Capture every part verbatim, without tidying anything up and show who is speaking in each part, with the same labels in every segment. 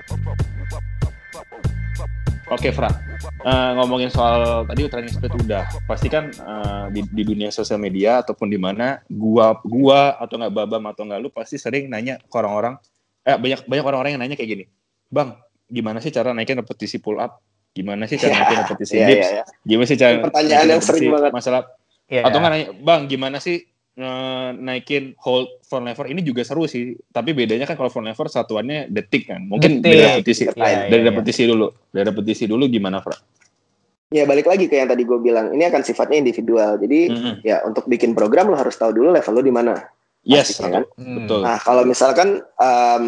Speaker 1: Oke, Fra. Uh, ngomongin soal tadi training split udah. Pasti kan uh, di, di dunia sosial media ataupun di mana gua gua atau enggak Babam atau enggak lu pasti sering nanya ke orang-orang eh banyak banyak orang-orang yang nanya kayak gini. Bang, gimana sih cara naikin repetisi pull up? Gimana sih cara naikin repetisi
Speaker 2: yeah,
Speaker 1: dips?
Speaker 2: Yeah, yeah.
Speaker 1: Gimana sih cara
Speaker 2: pertanyaan yang sering banget
Speaker 1: masalah yeah, atau enggak yeah. nanya, "Bang, gimana sih Uh, naikin hold front lever?" Ini juga seru sih, tapi bedanya kan kalau front lever satuannya detik kan, mungkin detik. dari repetisi, ya, dari ya, repetisi ya. dulu, dari repetisi dulu gimana, Fra?
Speaker 2: Ya balik lagi ke yang tadi gue bilang, ini akan sifatnya individual, jadi mm-hmm. ya untuk bikin program lo harus tahu dulu level lo di mana.
Speaker 1: Yes,
Speaker 2: kan?
Speaker 1: Hmm. betul.
Speaker 2: Nah kalau misalkan um,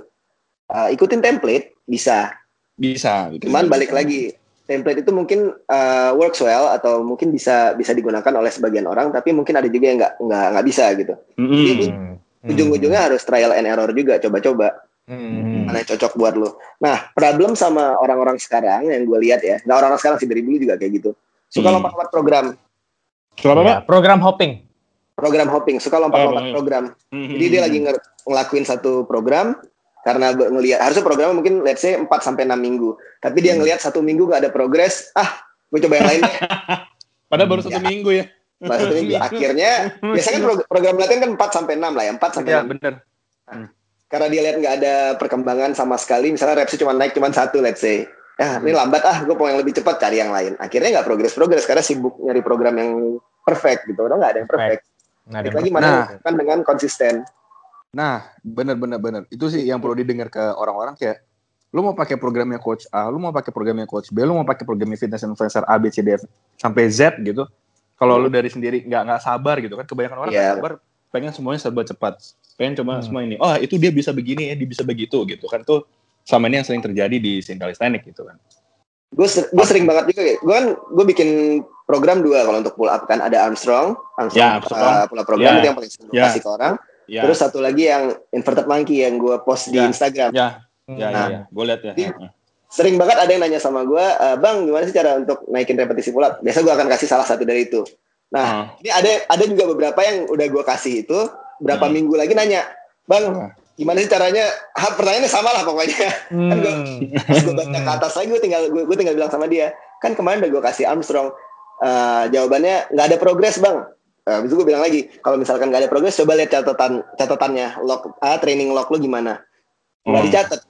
Speaker 2: uh, ikutin template bisa,
Speaker 1: bisa.
Speaker 2: Cuman bisa. balik lagi. Template itu mungkin uh, works well atau mungkin bisa bisa digunakan oleh sebagian orang, tapi mungkin ada juga yang nggak nggak nggak bisa gitu. Mm-hmm. Jadi mm-hmm. ujung-ujungnya harus trial and error juga, coba-coba mm-hmm. mana yang cocok buat lo. Nah, problem sama orang-orang sekarang yang gue lihat ya, nggak orang-orang sekarang sih, dari dulu juga kayak gitu. Suka mm. lompat-lompat program.
Speaker 3: Suka ya, program hopping.
Speaker 2: Program hopping, suka lompat-lompat oh, program. Mm-hmm. Jadi dia lagi ng- ngelakuin satu program. Karena ngelihat harusnya programnya mungkin let's say empat sampai enam minggu. Tapi dia ngelihat satu minggu gak ada progres, ah, gue coba yang lain deh.
Speaker 1: Padahal baru satu ya. minggu ya.
Speaker 2: Baru satu minggu. Akhirnya biasanya kan program latihan kan empat sampai enam lah ya, empat sampai enam.
Speaker 1: Ya, benar.
Speaker 2: Nah, karena dia lihat enggak ada perkembangan sama sekali, misalnya repsnya cuma naik cuma satu let's say. Ya, hmm. ini lambat ah, gue mau yang lebih cepat, cari yang lain. Akhirnya enggak progres-progres karena sibuk nyari program yang perfect gitu. Padahal enggak ada yang perfect. Nah, lagi mana nah. kan dengan konsisten.
Speaker 1: Nah, benar-benar benar. Itu sih yang perlu didengar ke orang-orang kayak, lu mau pakai programnya coach A, lu mau pakai programnya coach B, lu mau pakai programnya fitness influencer A, B, C, D, F sampai Z gitu. Kalau hmm. lu dari sendiri nggak nggak sabar gitu kan, kebanyakan orang yeah. nggak sabar, pengen semuanya serba cepat, pengen cuma hmm. semua ini. Oh, itu dia bisa begini ya, dia bisa begitu gitu kan. Tuh sama ini yang sering terjadi di scene calisthenics gitu kan.
Speaker 2: Gue ser- gue sering banget juga kayak, gue kan gue bikin program dua kalau untuk pull up kan, ada Armstrong, Armstrong,
Speaker 1: ya, Armstrong.
Speaker 2: Uh, pull up program yeah. itu yang paling sering
Speaker 1: yeah.
Speaker 2: kasih ke orang. Ya. Terus satu lagi yang inverted monkey yang gue post ya. di Instagram.
Speaker 1: Ya, ya, nah, ya, ya. Gue lihat ya.
Speaker 2: Jadi, sering banget ada yang nanya sama gue, e, Bang, gimana sih cara untuk naikin repetisi pull up? Biasa gue akan kasih salah satu dari itu. Nah, uh. ini ada ada juga beberapa yang udah gue kasih itu, berapa hmm. minggu lagi nanya, Bang, uh. gimana sih caranya? Ha, pertanyaannya sama lah pokoknya. Hmm. Kan gue, pas gue baca ke atas lagi, gue tinggal gue, gue tinggal bilang sama dia, kan kemarin udah gue kasih Armstrong, uh, jawabannya nggak ada progres, Bang. Nah, habis itu gue bilang lagi, kalau misalkan nggak ada progres, coba lihat catatan catatannya, log, ah, training log lo gimana? Nggak hmm. dicatat.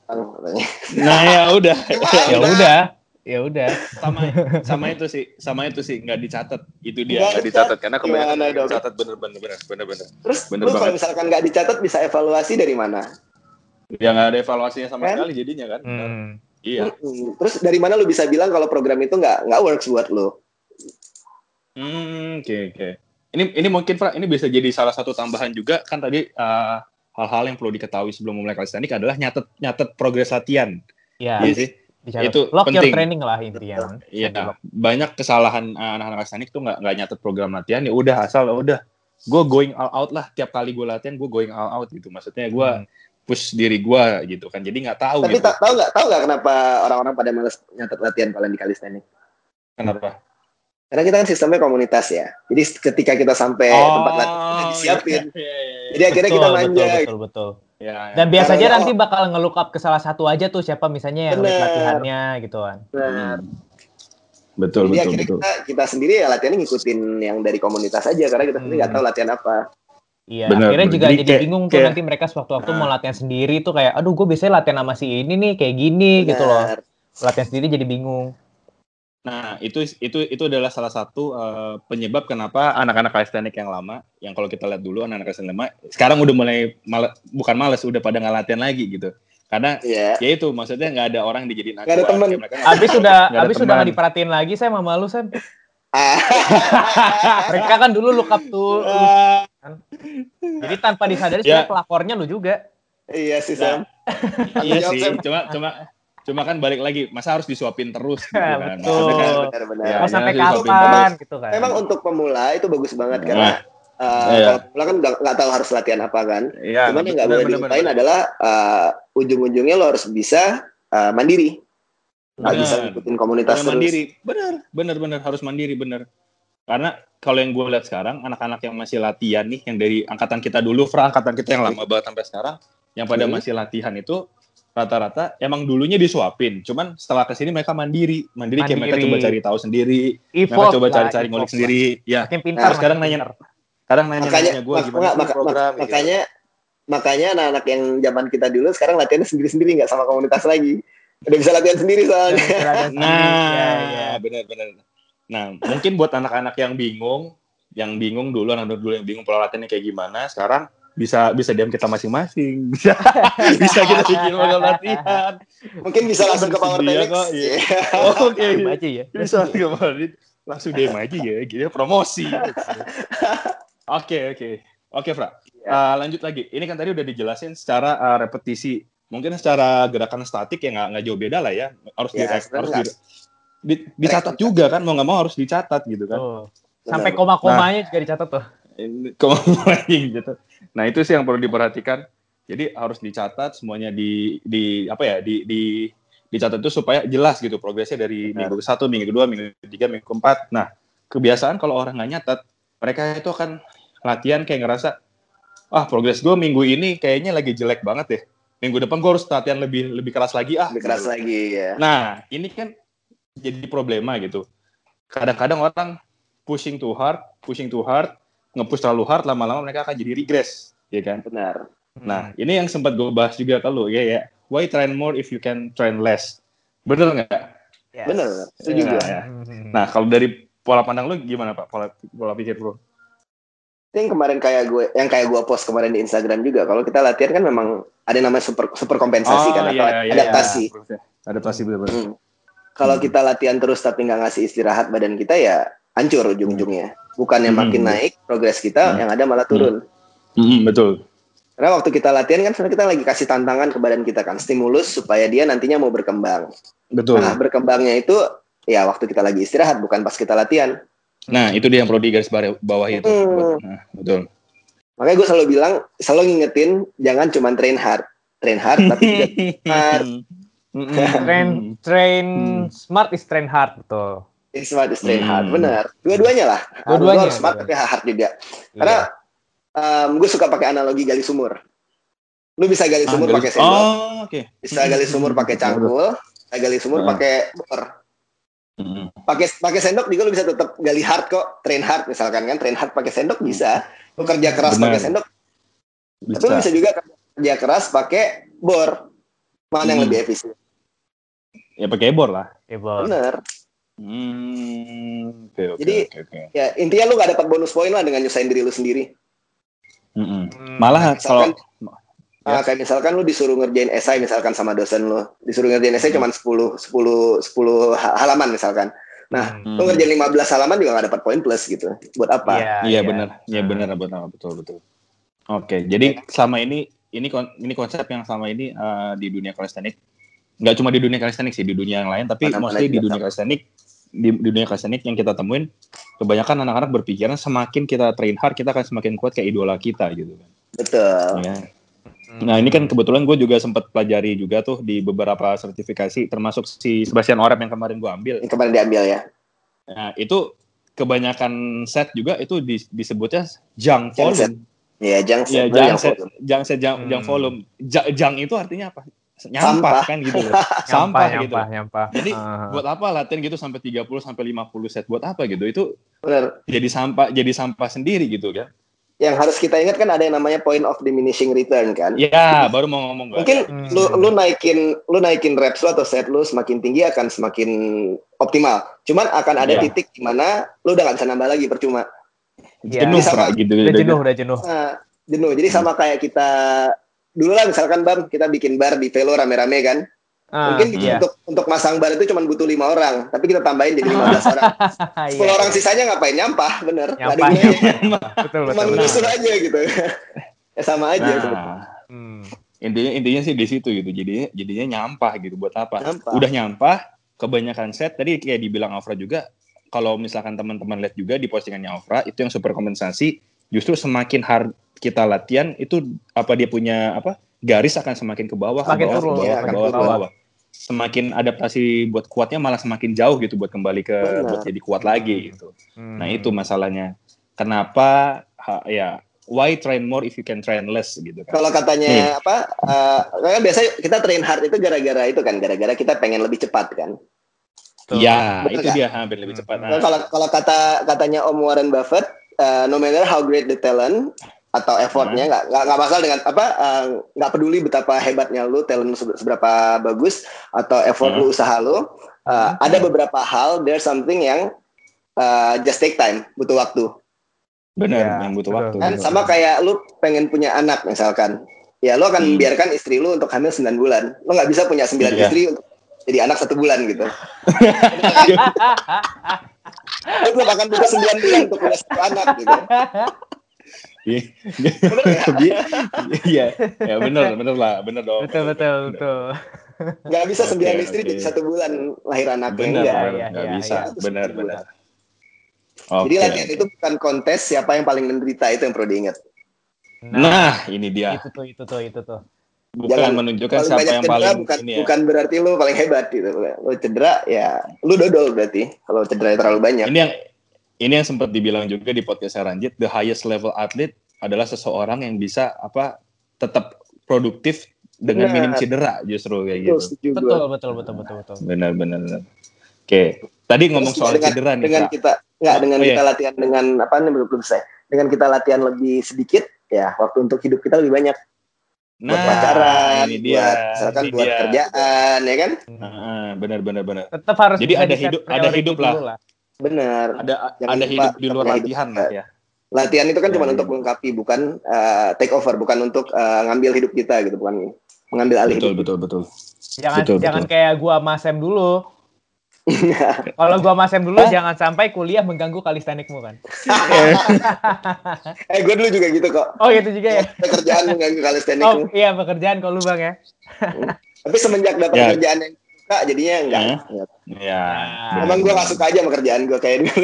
Speaker 1: Nah ya udah,
Speaker 3: ya udah, ya udah.
Speaker 1: Sama, sama itu sih, sama itu sih nggak dicatat. Itu dia nggak dicatat karena kebanyakan nggak dicatat bener-bener, bener-bener.
Speaker 2: Terus, bener terus kalau misalkan nggak dicatat, bisa evaluasi dari mana?
Speaker 1: Ya nggak ada evaluasinya sama kan? sekali jadinya kan. Hmm. Iya.
Speaker 2: Hmm. Terus dari mana lo bisa bilang kalau program itu nggak nggak works buat lo?
Speaker 1: Hmm, oke okay, oke. Okay. Ini ini mungkin Fra, ini bisa jadi salah satu tambahan juga kan tadi uh, hal-hal yang perlu diketahui sebelum memulai calisthenics adalah nyatet nyatet progres latihan.
Speaker 3: Iya.
Speaker 1: Iya sih.
Speaker 3: Bicara
Speaker 1: itu
Speaker 3: lock
Speaker 1: penting.
Speaker 3: Your training lah intinya.
Speaker 1: Iya. Banyak kesalahan uh, anak-anak calisthenics tuh nggak nggak nyatet program latihan. Ya udah asal udah gue going all out lah, tiap kali gue latihan gue going all out gitu. Maksudnya gue hmm. push diri gue gitu kan. Jadi nggak tahu.
Speaker 2: Tapi
Speaker 1: gitu.
Speaker 2: ta- tahu nggak tahu nggak kenapa orang-orang pada males nyatet latihan kalau di calisthenics?
Speaker 1: Kenapa?
Speaker 2: Karena kita kan sistemnya komunitas ya. Jadi ketika kita sampai oh, tempat latihan udah disiapin. Iya, iya, iya. Jadi akhirnya betul, kita manja.
Speaker 3: Betul, betul, betul. Ya, ya. Dan biasanya karena, nanti bakal nge-look up ke salah satu aja tuh siapa misalnya yang lead latihannya gitu kan.
Speaker 2: Benar.
Speaker 1: Hmm. Betul,
Speaker 2: Jadi
Speaker 1: betul,
Speaker 2: akhirnya
Speaker 1: betul.
Speaker 2: Kita, kita sendiri ya latihannya ngikutin yang dari komunitas aja. Karena kita sendiri nggak hmm. tahu latihan apa.
Speaker 3: Iya, bener, akhirnya bener. juga jadi, jadi kayak, bingung tuh kayak, nanti mereka sewaktu-waktu nah. mau latihan sendiri tuh kayak, aduh gue biasanya latihan sama si ini nih kayak gini bener. gitu loh. Latihan sendiri jadi bingung.
Speaker 1: Nah, itu itu itu adalah salah satu uh, penyebab kenapa anak-anak calisthenics yang lama, yang kalau kita lihat dulu anak-anak calisthenics lama, sekarang udah mulai male, bukan malas, udah pada nggak latihan lagi gitu. Karena yeah. ya itu maksudnya nggak ada orang dijadiin acuan.
Speaker 2: Nggak ada teman.
Speaker 3: Abis sudah abis sudah nggak diperhatiin lagi, saya sama lu Sam. Mereka kan dulu look up tuh. Kan? Jadi tanpa disadari yeah. sebenarnya pelapornya lu juga.
Speaker 2: Iya sih Sam.
Speaker 1: Nah, iya sih. Cuma cuma Cuma kan balik lagi, masa harus disuapin terus gitu kan.
Speaker 3: Betul.
Speaker 2: Kan, benar-benar.
Speaker 3: Ya, mau sampai kapan gitu kan.
Speaker 2: Memang untuk pemula itu bagus banget karena uh, iya. kalau pemula kan nggak tahu harus latihan apa kan. Iya, cuman yang nggak boleh dilupain adalah uh, ujung-ujungnya lo harus bisa uh, mandiri. Nggak bisa ngikutin komunitas terus.
Speaker 1: Mandiri, benar, benar, benar harus mandiri benar. Karena kalau yang gue lihat sekarang anak-anak yang masih latihan nih, yang dari angkatan kita dulu, Fra, angkatan kita yang lama banget sampai sekarang, yang pada hmm. masih latihan itu rata-rata emang dulunya disuapin, cuman setelah kesini mereka mandiri, mandiri, mandiri. Kayak mereka coba cari tahu sendiri, evolve mereka coba cari-cari ngulik sendiri, ya.
Speaker 3: Makin pintar.
Speaker 1: Nah, sekarang nanya, sekarang nanya
Speaker 2: makanya,
Speaker 1: nanya gue gimana
Speaker 2: mak, mak, program, mak, makanya, gitu. makanya anak-anak yang zaman kita dulu sekarang latihannya sendiri-sendiri, nggak sama komunitas lagi, udah bisa latihan sendiri soalnya.
Speaker 1: Nah, ya, ya. benar-benar. Nah, mungkin buat anak-anak yang bingung, yang bingung dulu, anak dulu yang bingung pola latihannya kayak gimana, sekarang bisa bisa diam kita masing-masing, bisa bisa kita bikin program latihan,
Speaker 2: mungkin bisa langsung ke Power T X kok,
Speaker 1: ya. Oh, oke okay. aja ya, bisa kemarin langsung D M aja ya, gitu promosi. Oke oke oke Fra, uh, lanjut lagi. Ini kan tadi udah dijelasin secara uh, repetisi, mungkin secara gerakan statik ya nggak nggak jauh beda lah ya, harus ya, di, harus di, di, dicatat juga kan, mau nggak mau harus dicatat gitu kan. Oh.
Speaker 3: Sampai koma-komanya nah, juga dicatat tuh.
Speaker 1: Koma-komanya gitu. Nah itu sih yang perlu diperhatikan. Jadi harus dicatat semuanya di di apa ya di di dicatat itu supaya jelas gitu progresnya dari Benar. minggu ke satu, minggu kedua, minggu ketiga, minggu keempat. Nah kebiasaan kalau orang nggak nyatat, mereka itu akan latihan kayak ngerasa, ah progres gue minggu ini kayaknya lagi jelek banget deh. Minggu depan gue harus latihan lebih lebih keras lagi ah.
Speaker 2: Lebih keras gitu. lagi ya.
Speaker 1: Nah ini kan jadi problema gitu. Kadang-kadang orang pushing too hard, pushing too hard, nge-push terlalu hard, lama-lama mereka akan jadi regress, ya kan?
Speaker 2: Benar.
Speaker 1: Nah, ini yang sempat gue bahas juga ke lu, ya ya. Why train more if you can train less? Bener nggak?
Speaker 2: Yes. Bener, itu juga.
Speaker 1: Nah, ya. Nah, kalau dari pola pandang lu gimana Pak? Pola, pola pikir lu?
Speaker 2: Yang kemarin kayak gue, yang kayak gue post kemarin di Instagram juga, kalau kita latihan kan memang ada namanya super super kompensasi oh, kan, atau iya, adaptasi.
Speaker 1: Iya. Adaptasi benar-benar. Hmm.
Speaker 2: Kalau hmm. kita latihan terus tapi nggak ngasih istirahat badan kita ya hancur ujung-ujungnya. Bukannya hmm. makin naik progres kita, hmm. yang ada malah turun.
Speaker 1: Hmm. Hmm, betul.
Speaker 2: Karena waktu kita latihan kan sebenarnya kita lagi kasih tantangan ke badan kita kan, stimulus supaya dia nantinya mau berkembang.
Speaker 1: Betul.
Speaker 2: Nah berkembangnya itu ya waktu kita lagi istirahat, bukan pas kita latihan.
Speaker 1: Nah itu dia yang perlu digaris bawah itu. Hmm. Nah, betul.
Speaker 2: Makanya gue selalu bilang, selalu ngingetin jangan cuma train hard, train hard tapi juga smart.
Speaker 3: train train hmm. smart is train hard betul.
Speaker 2: Smart is train hard, hmm. benar. Dua-duanya lah.
Speaker 3: Dua-duanya.
Speaker 2: Harus smart tapi hard juga. Karena yeah. um, gue suka pakai analogi gali sumur. Lu bisa gali sumur ah, pakai sendok.
Speaker 1: Oh, okay.
Speaker 2: Bisa gali sumur pakai cangkul. Bisa gali sumur uh. pakai bor. Hmm. Pakai pakai sendok juga lu bisa tetap gali hard kok. Train hard misalkan kan. Train hard pakai sendok bisa. Lu kerja keras pakai sendok. Bisa. Tapi lu bisa juga kerja keras pakai bor. Mana hmm. yang lebih efisien?
Speaker 1: Ya pakai bor lah.
Speaker 3: Bor.
Speaker 2: Bener.
Speaker 1: Hmm, okay, okay,
Speaker 2: Jadi
Speaker 1: okay, okay.
Speaker 2: ya intinya lu gak dapat bonus poin lah dengan nyusahin diri lu sendiri.
Speaker 1: Mm-hmm. Malah nah, kalau
Speaker 2: nah, kayak misalkan lu disuruh ngerjain esai misalkan sama dosen lu, disuruh ngerjain esai cuma sepuluh halaman misalkan. Nah, hmm. lu ngerjain lima belas halaman juga gak dapat poin plus gitu. Buat apa?
Speaker 1: Iya, iya benar. Iya benar benar betul betul. Oke, okay, jadi selama ini ini ini konsep yang selama ini uh, di dunia calisthenics, nggak cuma di dunia calisthenics sih, di dunia yang lain, tapi mana mostly di dunia calisthenics, di, di dunia calisthenics yang kita temuin, kebanyakan anak-anak berpikiran semakin kita train hard, kita akan semakin kuat kayak idola kita gitu kan.
Speaker 2: Betul.
Speaker 1: Ya. Nah ini kan kebetulan gue juga sempat pelajari juga tuh di beberapa sertifikasi, termasuk si Sebastian Oreb yang kemarin gue ambil.
Speaker 2: Yang kemarin diambil ya.
Speaker 1: Nah itu kebanyakan set juga itu disebutnya junk volume.
Speaker 2: Iya, junk set.
Speaker 1: Ya, junk set, junk set, junk, junk volume. Junk itu artinya apa? Nyampah kan gitu loh. Sampah
Speaker 3: nyampah,
Speaker 1: gitu.
Speaker 3: Nyampah.
Speaker 1: Jadi uh. buat apa latihan gitu sampai tiga puluh sampai lima puluh set? Buat apa gitu? Itu
Speaker 2: benar.
Speaker 1: Jadi sampah, jadi sampah sendiri gitu kan.
Speaker 2: Yang harus kita ingat kan ada yang namanya point of diminishing return kan.
Speaker 1: Iya, baru mau ngomong.
Speaker 2: Mungkin hmm. lu lu naikin lu naikin reps lu atau set lu semakin tinggi akan semakin optimal. Cuman akan ada yeah. titik di mana lu udah gak bisa nambah lagi percuma.
Speaker 1: Ya. Jenuh sama, gitu.
Speaker 3: Udah jenuh, udah jenuh.
Speaker 2: Nah, jenuh. Jadi sama kayak kita dulu lah misalkan Bam, kita bikin bar di Velo rame-rame kan. Ah, Mungkin iya. untuk untuk masang bar itu cuma butuh lima orang, tapi kita tambahin jadi lima belas orang. sepuluh orang sisanya ngapain? Nyampah, bener.
Speaker 3: Nyampah,
Speaker 2: ada gunanya.
Speaker 3: betul,
Speaker 2: Cuma menyusul aja gitu. Ya sama aja.
Speaker 1: Nah, hmm. Intinya intinya sih di situ gitu. Jadinya jadinya nyampah gitu. Buat apa?
Speaker 2: Nyampah.
Speaker 1: Udah nyampah, kebanyakan set. Tadi kayak dibilang Afra juga, kalau misalkan teman-teman lihat juga di postingannya Afra, itu yang super kompensasi, justru semakin hard kita latihan itu apa dia punya apa garis akan semakin ke bawah,
Speaker 3: semakin
Speaker 1: ke bawah,
Speaker 3: turun,
Speaker 1: ke bawah,
Speaker 3: ya,
Speaker 1: ke bawah, ke bawah. Semakin adaptasi buat kuatnya malah semakin jauh gitu buat kembali ke Benar. buat jadi kuat lagi gitu. Hmm. Nah itu masalahnya. Kenapa ha, ya why train more if you can train less gitu kan.
Speaker 2: Kalau katanya nih. apa? Uh, biasanya kita train hard itu gara-gara itu kan, gara-gara kita pengen lebih cepat kan.
Speaker 1: Iya, itu kan? Dia hampir lebih cepat.
Speaker 2: Nah, kalau kalau kata katanya Om Warren Buffett, uh, no matter how great the talent atau effortnya, nggak nggak nggak masalah dengan apa, nggak uh, peduli betapa hebatnya lu, talent seberapa bagus atau effort hmm. lu, usaha lu, uh, hmm. ada beberapa hal, there's something yang uh, just take time, butuh waktu.
Speaker 1: Benar, ya, yang butuh waktu.
Speaker 2: Kan sama kayak lu pengen punya anak misalkan, ya lu akan hmm. biarkan istri lu untuk hamil sembilan bulan, lu nggak bisa punya sembilan yeah. istri untuk jadi anak satu bulan gitu. Lu akan butuh sembilan bulan untuk punya satu anak gitu.
Speaker 1: Iya, ya benar, benar lah, benar dong.
Speaker 3: Betul, betul, betul.
Speaker 2: Gak bisa sembilan okay, istri okay. jadi satu bulan lahir anaknya.
Speaker 1: Benar,
Speaker 2: enggak,
Speaker 1: ya, nggak ya, bisa, ya. benar, benar.
Speaker 2: Okay, jadi latihan okay. itu bukan kontes siapa yang paling menderita, itu yang perlu diingat.
Speaker 1: Nah, nah ini dia.
Speaker 3: Itu tuh, itu tuh, itu tuh.
Speaker 1: Bukan Jangan menunjukkan siapa yang
Speaker 2: cedera,
Speaker 1: paling
Speaker 2: bukan,
Speaker 1: ini ya.
Speaker 2: Bukan berarti lu paling hebat gitu. Lu cedera ya, lu dodol berarti. Kalau cedera terlalu banyak.
Speaker 1: Ini yang Ini yang sempat dibilang juga di podcast Ranjit, the highest level athlete adalah seseorang yang bisa apa tetap produktif dengan benar. Minim cedera justru kayak gitu.
Speaker 3: Betul, betul, betul, betul, betul.
Speaker 1: Benar, benar, benar. Oke, tadi terus ngomong soal
Speaker 2: dengan,
Speaker 1: cedera nih.
Speaker 2: Dengan Kak. kita, nggak dengan
Speaker 1: oh,
Speaker 2: kita
Speaker 1: iya.
Speaker 2: latihan dengan apa nih belum belum saya. Dengan kita latihan lebih sedikit, ya waktu untuk hidup kita lebih banyak.
Speaker 1: Nah,
Speaker 2: buat pacaran,
Speaker 1: ini dia,
Speaker 2: buat misalkan
Speaker 1: ini
Speaker 2: buat
Speaker 1: dia.
Speaker 2: kerjaan, ya kan?
Speaker 1: Nah, benar, benar, benar.
Speaker 3: Tetap harus.
Speaker 1: Jadi ada hidup, ada hidup lah.
Speaker 3: lah.
Speaker 2: Benar.
Speaker 1: Ada Jangan ada lupa, hidup di luar latihan lah ya.
Speaker 2: Latihan itu kan ya, cuma ya. untuk melengkapi, bukan uh, take over, bukan untuk uh, ngambil hidup kita gitu, bukan mengambil alih
Speaker 1: betul,
Speaker 2: hidup.
Speaker 1: Betul, betul, betul.
Speaker 3: Jangan
Speaker 1: betul,
Speaker 3: jangan
Speaker 1: betul.
Speaker 3: kayak gua sama Sam dulu. Kalau gua sama Sam dulu jangan sampai kuliah mengganggu kalistenikmu kan.
Speaker 2: eh gue dulu juga gitu kok.
Speaker 3: Oh gitu juga ya.
Speaker 2: Pekerjaan mengganggu kalistenikmu.
Speaker 3: Oh iya pekerjaan kalau lu Bang ya.
Speaker 2: Tapi semenjak dapat ya. kerjaan yang suka jadinya enggak.
Speaker 1: Ya. Ya.
Speaker 2: Emang gue gak suka aja sama kerjaan gue kayak dulu.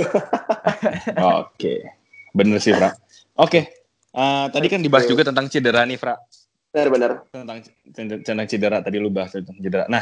Speaker 1: Oke. Bener sih, Fra. Oke. Uh, tadi kan dibahas juga tentang cedera nih, Fra.
Speaker 2: Benar-benar.
Speaker 1: Tentang, tentang cedera. Tadi lu bahas tentang cedera. Nah,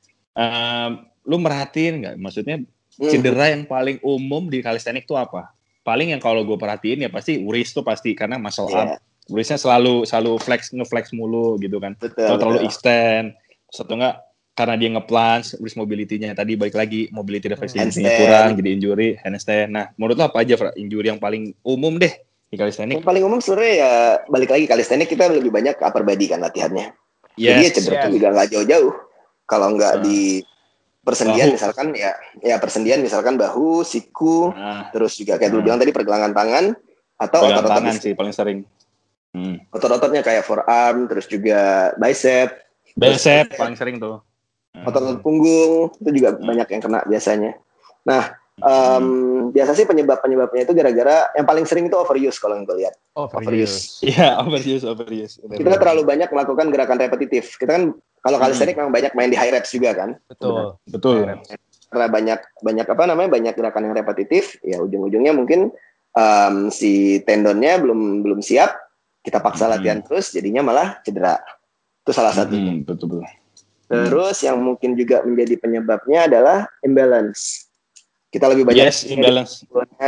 Speaker 1: uh, lu merhatiin nggak? Maksudnya cedera hmm. yang paling umum di kalistenik itu apa? Paling yang kalau gue perhatiin ya pasti wrist tuh pasti. Karena muscle yeah. up. Wristnya selalu selalu flex, nge-flex mulu gitu kan.
Speaker 2: Betul,
Speaker 1: atau terlalu
Speaker 2: betul.
Speaker 1: extend. Atau enggak karena dia nge-plunge, wrist mobility-nya tadi balik lagi, mobility deflection-nya kurang, jadi injury, handstand. Nah, menurut lo apa aja, Fra, injury yang paling umum deh di calisthenics?
Speaker 2: Yang paling umum sebenarnya ya, balik lagi calisthenics kita lebih banyak ke upper body kan latihannya. Yes, jadi ya cedera yes. juga nggak jauh-jauh. Kalau nggak uh, di persendian bahu. misalkan ya, ya persendian misalkan bahu, siku, uh, terus juga kayak uh, dulu bilang tadi pergelangan tangan, atau otot-otot
Speaker 1: tangan sih paling sering.
Speaker 2: Hmm. Otot-ototnya kayak forearm, terus juga bicep.
Speaker 1: Bicep paling sering tuh.
Speaker 2: Otot punggung itu juga hmm. banyak yang kena biasanya. Nah, um, hmm. biasa sih penyebab-penyebabnya itu gara-gara yang paling sering itu overuse kalau yang gue lihat.
Speaker 3: Overuse.
Speaker 1: Iya, overuse, overuse.
Speaker 2: Kita terlalu banyak melakukan gerakan repetitif. Kita kan kalau calisthenics hmm. memang banyak main di high reps juga kan.
Speaker 3: Betul.
Speaker 1: Betul.
Speaker 2: Karena banyak banyak apa namanya banyak gerakan yang repetitif, ya ujung-ujungnya mungkin um, si tendonnya belum belum siap. Kita paksa hmm. latihan terus, jadinya malah cedera. Itu salah satunya.
Speaker 1: Hmm, betul betul.
Speaker 2: Terus yang mungkin juga menjadi penyebabnya adalah imbalance. Kita lebih banyak
Speaker 1: yes, imbalance.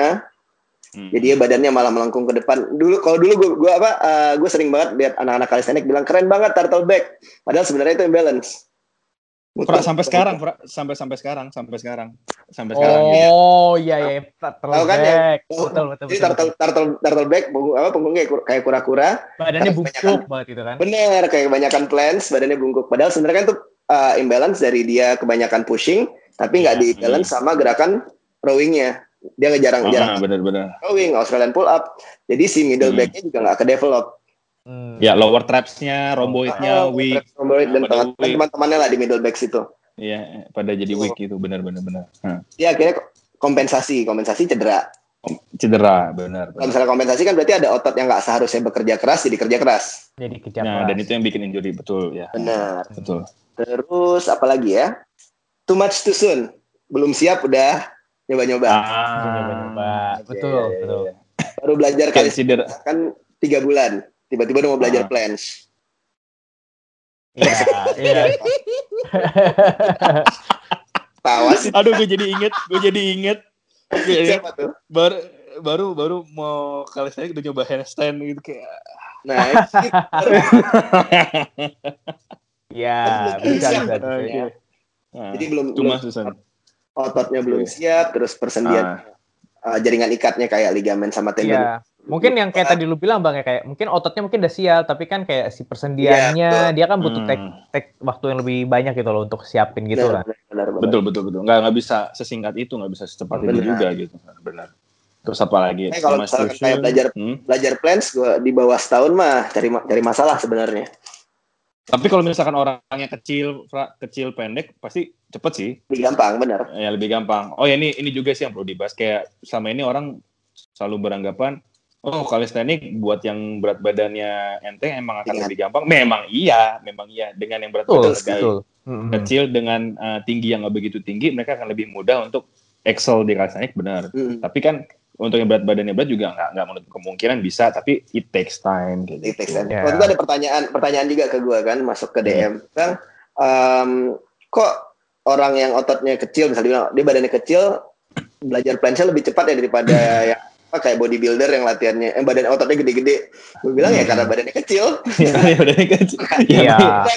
Speaker 2: Hmm. Jadi badannya malah melengkung ke depan. Dulu kalau dulu gue gue apa uh, gue sering banget lihat anak-anak calisthenics bilang keren banget turtle back. Padahal sebenarnya itu imbalance.
Speaker 1: Pra, sampai sekarang, pra, sampai sampai sekarang, sampai sekarang, sampai
Speaker 3: oh,
Speaker 1: sekarang.
Speaker 3: Oh iya iya,
Speaker 2: turtle kan ya?
Speaker 3: Oh, betul betul.
Speaker 2: Jadi turtle turtle turtle back, apa punggungnya kayak kura-kura.
Speaker 3: Badannya bungkuk banget gitu kan?
Speaker 2: Bener, kayak kebanyakan plants, badannya bungkuk. Padahal sebenarnya kan itu uh, imbalance dari dia kebanyakan pushing, tapi nggak yeah. di balance sama gerakan rowingnya. Dia ngejarang-jarang.
Speaker 1: Ah, benar-benar.
Speaker 2: Rowing, Australian pull up. Jadi si middle hmm. backnya juga nggak ke develop.
Speaker 1: Hmm. Ya lower traps-nya, rhomboid-nya
Speaker 2: oh,
Speaker 1: weak,
Speaker 2: rhomboid dan teman-temannya lah di middle back situ.
Speaker 1: Iya, pada jadi weak itu benar-benar benar.
Speaker 2: Iya, akhirnya kompensasi, kompensasi cedera.
Speaker 1: Cedera, benar.
Speaker 2: Kalau misalnya kompensasi kan berarti ada otot yang nggak seharusnya bekerja keras jadi kerja keras.
Speaker 3: Jadi kerja
Speaker 1: nah,
Speaker 3: keras.
Speaker 1: Dan itu yang bikin injury, betul ya.
Speaker 2: Benar.
Speaker 1: Betul.
Speaker 2: Terus apa lagi ya? Too much too soon. Belum siap udah nyoba-nyoba.
Speaker 3: Ah, nyoba-nyoba. Betul, yeah, betul. Yeah, yeah.
Speaker 2: Baru belajar kali cedera kan tiga bulan. Tiba-tiba udah mau belajar ah. plans.
Speaker 3: Iya, iya.
Speaker 2: Tawa sih.
Speaker 1: Aduh, gue jadi inget, gue jadi inget.
Speaker 2: Siapa tuh?
Speaker 1: Bar, baru baru mau kali saya udah nyoba handstand gitu kayak.
Speaker 2: Nah,
Speaker 3: ya, bisa bisa.
Speaker 2: Okay. Nah, jadi belum belum
Speaker 1: Susan.
Speaker 2: Ototnya okay. belum siap, terus persendian ah. uh, jaringan ikatnya kayak ligamen sama tendon.
Speaker 3: Iya. Mungkin yang kayak tadi lu bilang Bang ya, kayak mungkin ototnya mungkin udah siap, tapi kan kayak si persendiannya ya, dia kan butuh take, take waktu yang lebih banyak gitu loh untuk siapin gitu
Speaker 1: benar,
Speaker 3: kan.
Speaker 1: Benar, benar. Betul betul betul. Nggak nggak bisa sesingkat itu, nggak bisa secepat benar. itu juga gitu. Benar. Terus apa lagi?
Speaker 2: Nah, kalau misalkan kayak belajar hmm? belajar plans gua di bawah setahun mah cari cari masalah sebenarnya.
Speaker 1: Tapi kalau misalkan orangnya kecil, kecil pendek pasti cepet sih.
Speaker 2: Lebih gampang, benar.
Speaker 1: Ya lebih gampang. Oh ya ini ini juga sih yang perlu dibahas. Kayak selama ini orang selalu beranggapan, oh calisthenics buat yang berat badannya enteng emang akan ya. lebih gampang. Memang iya, memang iya. Dengan yang berat
Speaker 3: betul,
Speaker 1: badan lebih
Speaker 3: betul.
Speaker 1: kecil dengan uh, tinggi yang nggak begitu tinggi, mereka akan lebih mudah untuk excel di calisthenics, benar. Hmm. Tapi kan untuk yang berat badannya berat juga nggak nggak menutup kemungkinan bisa, tapi it takes time. Gitu.
Speaker 2: It takes time. Yeah. Waktu itu ada pertanyaan pertanyaan juga ke gue kan, masuk ke D M, hmm. Bang, um, kok orang yang ototnya kecil, misalnya dia, dia badannya kecil, belajar plancha lebih cepat ya daripada yang apa, kayak bodybuilder yang latihannya, yang badan ototnya gede-gede. Gue bilang hmm. ya karena badannya kecil.
Speaker 1: Iya, badannya kecil. Iya.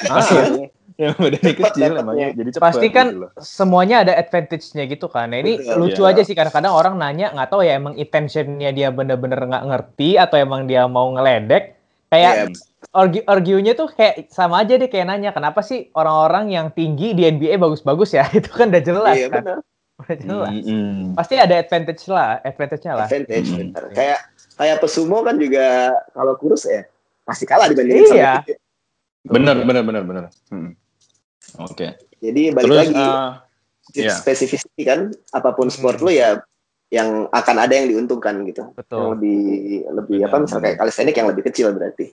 Speaker 1: Ya badannya kecil namanya jadi cepat.
Speaker 3: Pasti kan gitu semuanya ada advantage-nya gitu kan. Nah ini betul, lucu ya. aja sih kadang-kadang orang nanya nggak tahu ya emang intention-nya dia bener-bener nggak ngerti atau emang dia mau ngeledek. Kayak yeah. argue argue-nya tuh kayak sama aja deh, kayak nanya kenapa sih orang-orang yang tinggi di N B A bagus-bagus ya? Itu kan udah jelas yeah, kan. Bener. Udah jelas. Mm-hmm. Pasti ada advantage lah, advantage-nya lah.
Speaker 2: Advantage mm-hmm. bener. Kayak kayak pesumo kan juga kalau kurus ya pasti kalah dibandingin
Speaker 3: iya.
Speaker 2: sama
Speaker 1: Bener, bener, bener, bener. Hmm. Oke. Okay.
Speaker 2: Jadi balik Terus, lagi uh, yeah. spesifisiti kan, apapun sport hmm. lu ya yang akan ada yang diuntungkan gitu.
Speaker 3: Betul.
Speaker 2: Yang lebih lebih bener, apa misalnya kayak calisthenics yang lebih kecil berarti.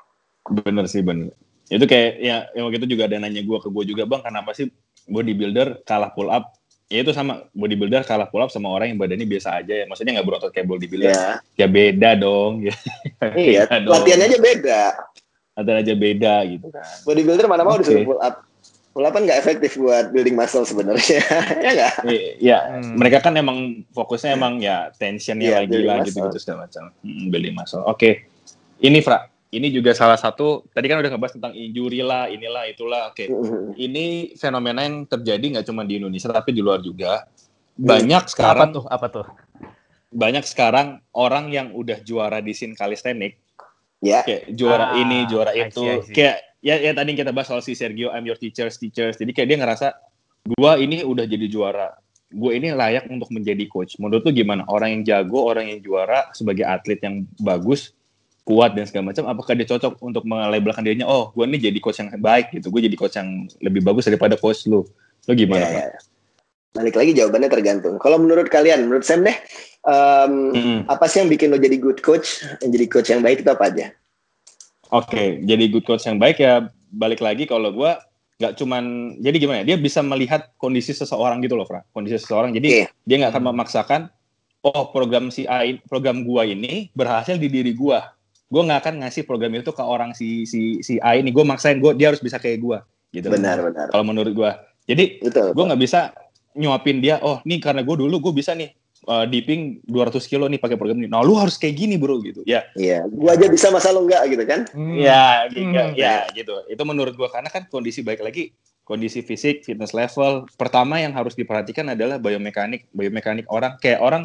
Speaker 1: Bener sih, bener. Itu kayak ya yang waktu itu juga ada nanya gue ke gue juga, Bang, kenapa sih bodybuilder kalah pull up? Ya itu sama, bodybuilder kalah pull up sama orang yang badannya biasa aja ya. Maksudnya nggak berotot kayak bodybuilder. Yeah. Ya beda dong. Ya,
Speaker 2: iya, beda latihannya dong. aja beda.
Speaker 1: Latihan aja beda gitu kan.
Speaker 2: Bodybuilder mana mau okay. disuruh pull up. Pull up kan nggak efektif buat building muscle sebenarnya. Ya nggak?
Speaker 1: Iya, hmm. mereka kan emang fokusnya emang ya tensionnya yeah, lagi lah gitu-gitu segala macam. Hmm, building muscle. Oke. Okay. Ini Fra, ini juga salah satu, tadi kan udah ngebahas tentang injury lah, inilah, itulah. Oke. Okay. Mm-hmm. Ini fenomena yang terjadi nggak cuma di Indonesia, tapi di luar juga. Banyak mm. sekarang.
Speaker 3: Apa tuh? Apa tuh?
Speaker 1: Banyak sekarang orang yang udah juara di scene calisthenics.
Speaker 2: Ya. Yeah.
Speaker 1: Kayak juara
Speaker 3: ah,
Speaker 1: ini, juara itu. I see, I see. Kayak, ya, ya tadi kita bahas soal si Sergio, I'm your teachers, teachers. Jadi kayak dia ngerasa, gue ini udah jadi juara. Gue ini layak untuk menjadi coach. Menurut lu gimana? Orang yang jago, orang yang juara, sebagai atlet yang bagus, kuat dan segala macam, apakah dia cocok untuk melabelkan dirinya, oh gue ini jadi coach yang baik gitu, gue jadi coach yang lebih bagus daripada coach lu. Lu gimana, ya, Pak? Ya.
Speaker 2: Balik lagi jawabannya tergantung. Kalau menurut kalian, menurut Sam deh, um, mm-hmm. apa sih yang bikin lo jadi good coach, yang jadi coach yang baik itu apa aja?
Speaker 1: Oke, okay, jadi good coach yang baik ya balik lagi kalau gue nggak cuman, jadi gimana ya, dia bisa melihat kondisi seseorang gitu loh, Fra. Kondisi seseorang, jadi okay. dia nggak akan memaksakan, oh program si A, program gue ini berhasil di diri gue. Gue nggak akan ngasih program itu ke orang si si si A ini. Gue maksain gue dia harus bisa kayak gue, gitu.
Speaker 2: Benar benar.
Speaker 1: Kalau menurut gue, jadi gue nggak bisa nyuapin dia. Oh, nih karena gue dulu gue bisa nih uh, dipping dua ratus kilo nih pakai program ini. Nah, lu harus kayak gini bro, gitu. Ya.
Speaker 2: Iya. Gue aja bisa masa lu nggak gitu kan?
Speaker 1: Hmm. Ya, gitu. Hmm. Ya, gitu. Itu menurut gue karena kan kondisi baik lagi, kondisi fisik, fitness level. Pertama yang harus diperhatikan adalah biomekanik, biomekanik orang. Kayak orang.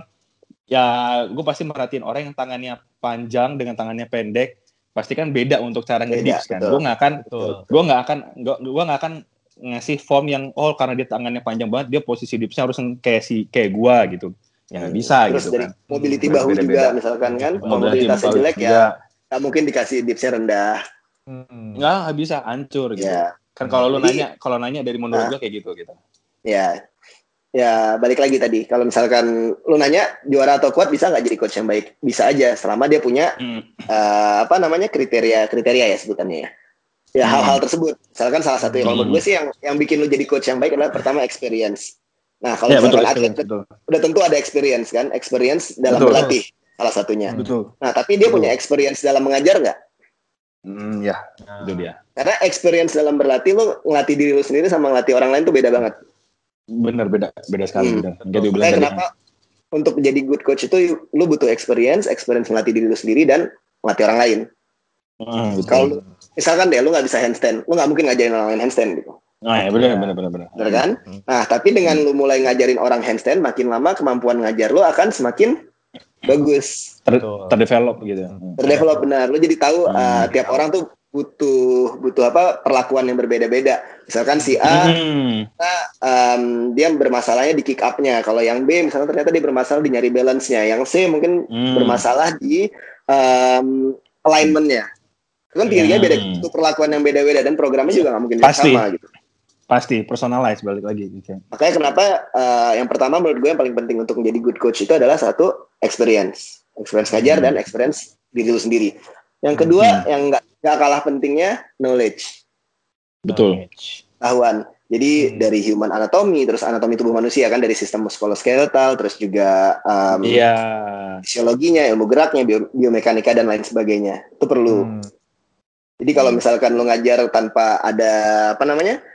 Speaker 1: Ya, gue pasti merhatiin orang yang tangannya panjang dengan tangannya pendek, pasti kan beda untuk cara nge-dips kan. Gue nggak akan, gue nggak akan, gue nggak akan ngasih form yang oh karena dia tangannya panjang banget, dia posisi dipsnya harus kayak si kayak gue gitu. Ya nggak bisa.
Speaker 2: Terus
Speaker 1: gitu
Speaker 2: dari
Speaker 1: kan.
Speaker 2: Mobility bahu beda-beda. Juga misalkan kan, mobilitasnya jelek ya, nggak mungkin dikasih dipsnya rendah.
Speaker 1: Nggak, nggak bisa, hancur gitu. Ya. Kan kalau lu nanya, kalau nanya dari menurut gue kayak gitu gitu.
Speaker 2: Ya. Ya, balik lagi tadi. Kalau misalkan lu nanya juara atau kuat bisa nggak jadi coach yang baik? Bisa aja, selama dia punya hmm. uh, apa namanya kriteria-kriteria ya sebutannya ya. Ya hmm. hal-hal tersebut. Misalkan salah satu yang hmm. menurut gue sih yang yang bikin lu jadi coach yang baik adalah pertama experience. Nah, kalau ya, misalkan betul, atlet betul. udah tentu ada experience kan, experience dalam betul. berlatih salah satunya. Betul. Nah, tapi dia betul. punya experience dalam mengajar nggak?
Speaker 1: Hmm, ya, nah. itu dia.
Speaker 2: Karena experience dalam berlatih lu ngelatih diri lu sendiri sama ngelatih orang lain tuh beda banget.
Speaker 1: Benar, beda beda sekali.
Speaker 2: Hmm.
Speaker 1: Benar. Jadi
Speaker 2: kenapa untuk menjadi good coach itu lu butuh experience, experience melatih diri lu sendiri dan melatih orang lain. Hmm, kalau misalkan deh lu nggak bisa handstand, lu nggak mungkin ngajarin orang lain handstand gitu.
Speaker 1: Nah, ya benar, benar, benar, benar.
Speaker 2: Benar kan? Nah, tapi dengan lu mulai ngajarin orang handstand, makin lama kemampuan ngajar lu akan semakin bagus.
Speaker 1: Ter, terdevelop gitu.
Speaker 2: Terdevelop benar. Lu jadi tahu hmm. uh, tiap orang tuh butuh butuh apa perlakuan yang berbeda-beda. Misalkan si A, hmm. nah, um, dia bermasalahnya di kick up-nya. Kalau yang B, misalnya ternyata dia bermasalah di nyari balance-nya. Yang C mungkin hmm. bermasalah di um, alignment-nya. Itu kan tiga-tiganya beda, itu perlakuan yang beda-beda dan programnya juga nggak mungkin
Speaker 1: Pasti.
Speaker 2: sama gitu.
Speaker 1: Pasti, personalize balik lagi. Gitu.
Speaker 2: Makanya kenapa uh, yang pertama menurut gue yang paling penting untuk menjadi good coach itu adalah satu, experience. Experience ngajar hmm. dan experience diri lu sendiri. Yang kedua, hmm. yang nggak nggak kalah pentingnya, knowledge.
Speaker 1: Betul.
Speaker 2: Pengetahuan. Jadi hmm. dari human anatomy, terus anatomi tubuh manusia kan, dari sistem muskuloskeletal, terus juga um,
Speaker 1: yeah.
Speaker 2: fisiologinya, ilmu geraknya, bio, biomekanika dan lain sebagainya. Itu perlu. Hmm. Jadi kalau misalkan lu ngajar tanpa ada apa namanya,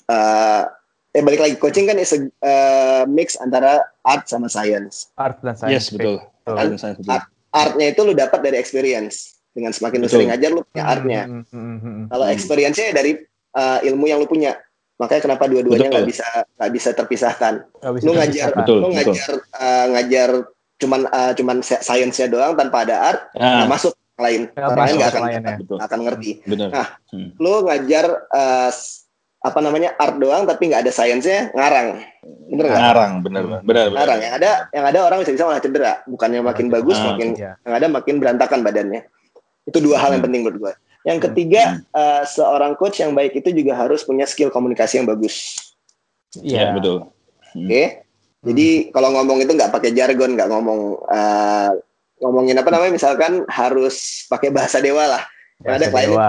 Speaker 2: uh, eh balik lagi, coaching kan is a uh, mix antara art sama science.
Speaker 3: Art dan science.
Speaker 1: Yes, betul.
Speaker 2: Kan? Art, artnya itu lu dapat dari experience. Dengan semakin Betul. lu sering ngajar, lu punya artnya. Hmm, hmm, hmm, Kalau experience-nya dari uh, ilmu yang lu punya, makanya kenapa dua-duanya nggak bisa nggak bisa terpisahkan. Gak bisa lu ngajar, betul, lu ngajar, betul. Uh, ngajar cuman uh, cuman science-nya doang tanpa ada art, nggak ah. masuk lain, orang lain nggak akan ya. akan ngerti. Betul. Nah, hmm. lu ngajar uh, apa namanya art doang, tapi nggak ada science-nya, ngarang. Bener nggak?
Speaker 1: Ngarang, bener, bener.
Speaker 2: Ngarang. Yang ada, yang ada orang bisa bisa malah cedera. Bukannya makin bagus, ah, makin iya. yang ada makin berantakan badannya. Itu dua hal yang penting menurut gue. Yang ketiga, hmm. uh, seorang coach yang baik itu juga harus punya skill komunikasi yang bagus.
Speaker 1: Iya, yeah. betul.
Speaker 2: Oke. Okay? Hmm. Jadi kalau ngomong itu nggak pakai jargon, nggak ngomong uh, ngomongin apa namanya, misalkan harus pakai bahasa dewa lah.
Speaker 3: Bahasa ada dewa.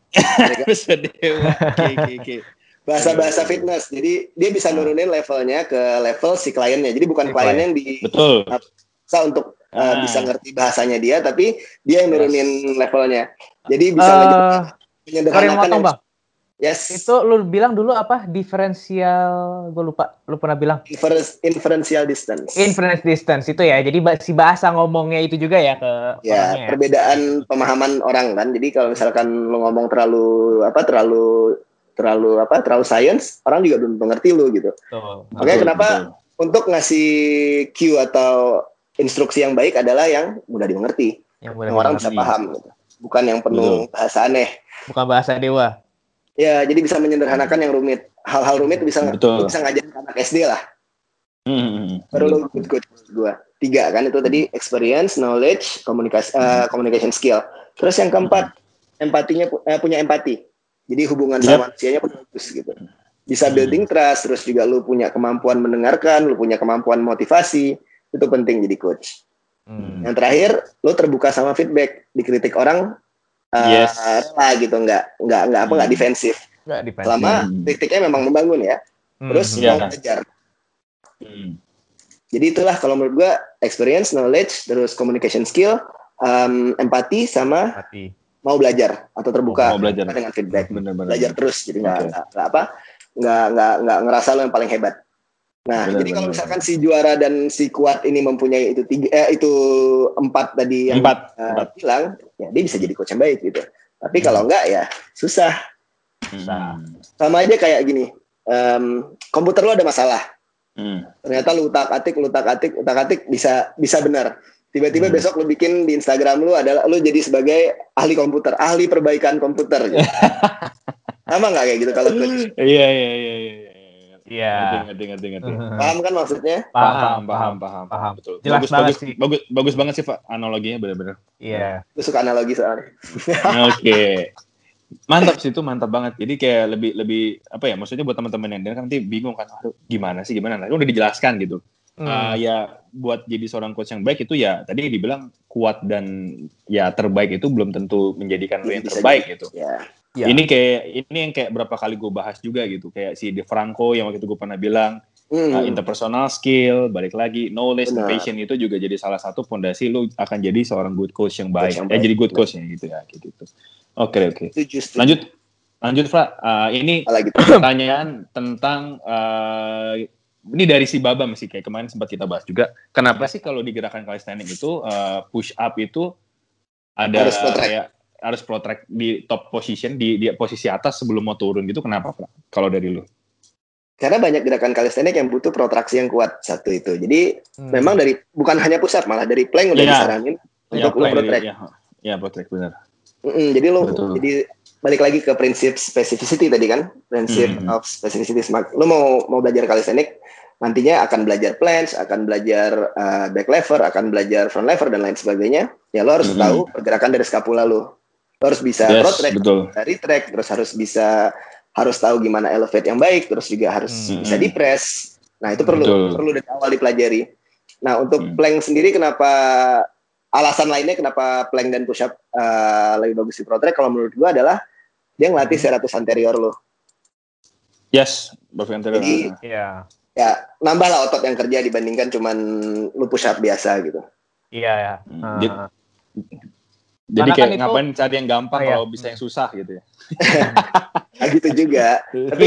Speaker 1: Bahasa dewa. Oke, oke, oke.
Speaker 2: Bahasa-bahasa fitness. Jadi dia bisa nurunin levelnya ke level si kliennya. Jadi bukan si kliennya yang di
Speaker 1: betul.
Speaker 2: Uh, untuk Uh, ah. bisa ngerti bahasanya dia, tapi dia yang nurunin yes. levelnya. Jadi bisa
Speaker 3: uh, menyederhanakan. Yang...
Speaker 2: Bang.
Speaker 3: Yes. Itu lu bilang dulu apa? Diferensial, gue lupa. Lu pernah bilang?
Speaker 2: Infer- inferential distance.
Speaker 3: Inference distance itu ya. Jadi si bahasa ngomongnya itu juga ya ke
Speaker 2: ya, orangnya. Perbedaan ya? Pemahaman orang kan. Jadi kalau misalkan lu ngomong terlalu apa? Terlalu terlalu apa? Terlalu science, orang juga belum mengerti lu gitu. Betul. Makanya betul, kenapa betul. Untuk ngasih cue atau instruksi yang baik adalah yang mudah dimengerti, yang, yang orang bisa paham, gitu. Bukan yang penuh Betul. bahasa aneh,
Speaker 3: bukan bahasa dewa.
Speaker 2: Ya, jadi bisa menyederhanakan yang rumit. Hal-hal rumit bisa Betul. bisa ngajarin anak S D lah. Hmm. Baru lu good coach gua. Tiga kan itu tadi, experience, knowledge, komunikasi, uh, communication skill. Terus yang keempat, empatinya uh, punya empati. Jadi hubungan yep. sama manusianya pun bagus gitu. Bisa building trust, terus juga lu punya kemampuan mendengarkan, lu punya kemampuan motivasi. Itu penting jadi coach. Hmm. Yang terakhir, lo terbuka sama feedback, dikritik orang, uh, yes. rela gitu, nggak nggak nggak apa nggak hmm. defensif. Nggak defensif. Selama hmm. kritiknya memang membangun ya. Hmm. Terus yeah. mau belajar. Hmm. Jadi itulah kalau menurut gua, experience, knowledge, terus communication skill, um, empati sama empati. Mau belajar atau terbuka oh, mau belajar. Dengan feedback. Bener-bener. Belajar terus, jadi nggak okay. nggak apa nggak nggak nggak ngerasa lo yang paling hebat. Nah, bener, jadi kalau misalkan bener. si juara dan si kuat ini mempunyai itu tiga, eh, itu empat tadi yang
Speaker 1: empat,
Speaker 2: uh,
Speaker 1: empat.
Speaker 2: bilang, ya dia bisa jadi coach yang baik gitu. Tapi hmm. kalau enggak ya susah.
Speaker 1: Hmm.
Speaker 2: Sama aja kayak gini, um, komputer lo ada masalah. Hmm. Ternyata lu utak-atik, lu utak-atik, utak-atik bisa bisa benar. Tiba-tiba hmm. besok lu bikin di Instagram lu adalah lu jadi sebagai ahli komputer, ahli perbaikan komputer. Gitu. Sama nggak kayak gitu kalau coach?
Speaker 1: Iya iya iya iya.
Speaker 3: Iya.
Speaker 1: Ngerti, ngerti, ngerti.
Speaker 2: Paham kan maksudnya?
Speaker 1: Paham, paham, paham, paham. Betul.
Speaker 3: Jelas
Speaker 1: bagus,
Speaker 3: banget
Speaker 1: bagus,
Speaker 3: sih.
Speaker 1: Bagus, bagus banget sih, Pak. Analoginya benar-benar.
Speaker 3: Iya.
Speaker 2: Gue suka analogi soalnya.
Speaker 1: Oke. Okay. Mantap sih itu, mantap banget. Jadi kayak lebih, lebih apa ya? Maksudnya buat teman-teman yang dengar kan nanti bingung kan, aduh gimana sih, gimana? Nah, udah dijelaskan gitu. Hmm. Uh, ya buat jadi seorang coach yang baik itu ya tadi dibilang kuat dan ya terbaik itu belum tentu menjadikan lo yang terbaik gitu.
Speaker 2: Ya.
Speaker 1: Ya. Ini kayak ini yang kayak berapa kali gue bahas juga gitu, kayak si De Franco yang waktu itu gue pernah bilang hmm. uh, interpersonal skill, balik lagi knowledge, and passion itu juga jadi salah satu fondasi lu akan jadi seorang good coach yang baik, coach yang ya baik. Jadi good coach ya gitu ya gitu. Oke oke. Lanjut lanjut Fra, uh, ini gitu. Pertanyaan tentang uh, ini dari si Babam sih, kayak kemarin sempat kita bahas juga. Kenapa sih kalau di gerakan calisthenics itu uh, push up itu ada
Speaker 2: harus pro track.
Speaker 1: kayak harus pro track di top position di, di posisi atas sebelum mau turun gitu, kenapa Fra? Kalau dari lu?
Speaker 2: Karena banyak gerakan calisthenics yang butuh protraksi yang kuat satu itu. Jadi hmm. memang dari bukan hanya push up, malah dari plank udah yeah. disaranin yeah, untuk lo pro track.
Speaker 1: Ya, yeah, pro track benar.
Speaker 2: Mm-mm, jadi lo jadi balik lagi ke prinsip specificity tadi kan, prinsip hmm. of specificity. Lo mau mau belajar calisthenics, nantinya akan belajar planche, akan belajar uh, back lever, akan belajar front lever dan lain sebagainya. Ya lo harus hmm. tahu pergerakan dari scapula lo. Lo harus bisa
Speaker 1: yes,
Speaker 2: pro track,
Speaker 1: betul.
Speaker 2: dari track, terus harus bisa harus tahu gimana elevate yang baik, terus juga harus hmm. bisa di press. Nah itu perlu betul. perlu dari awal dipelajari. Nah untuk hmm. plank sendiri, kenapa alasan lainnya kenapa plank dan push up uh, lebih bagus di pro track? Kalau menurut gua adalah dia ngelatih serratus anterior lo.
Speaker 1: Yes, bagus anterior.
Speaker 2: Jadi yeah. ya nambahlah otot yang kerja dibandingkan cuman lu push up biasa gitu.
Speaker 3: Iya ya.
Speaker 1: Hmm. Uh. Jadi karena kayak kan ngapain itu, cari yang gampang oh, kalau iya. bisa yang susah gitu ya.
Speaker 2: Nah, gitu juga. Tapi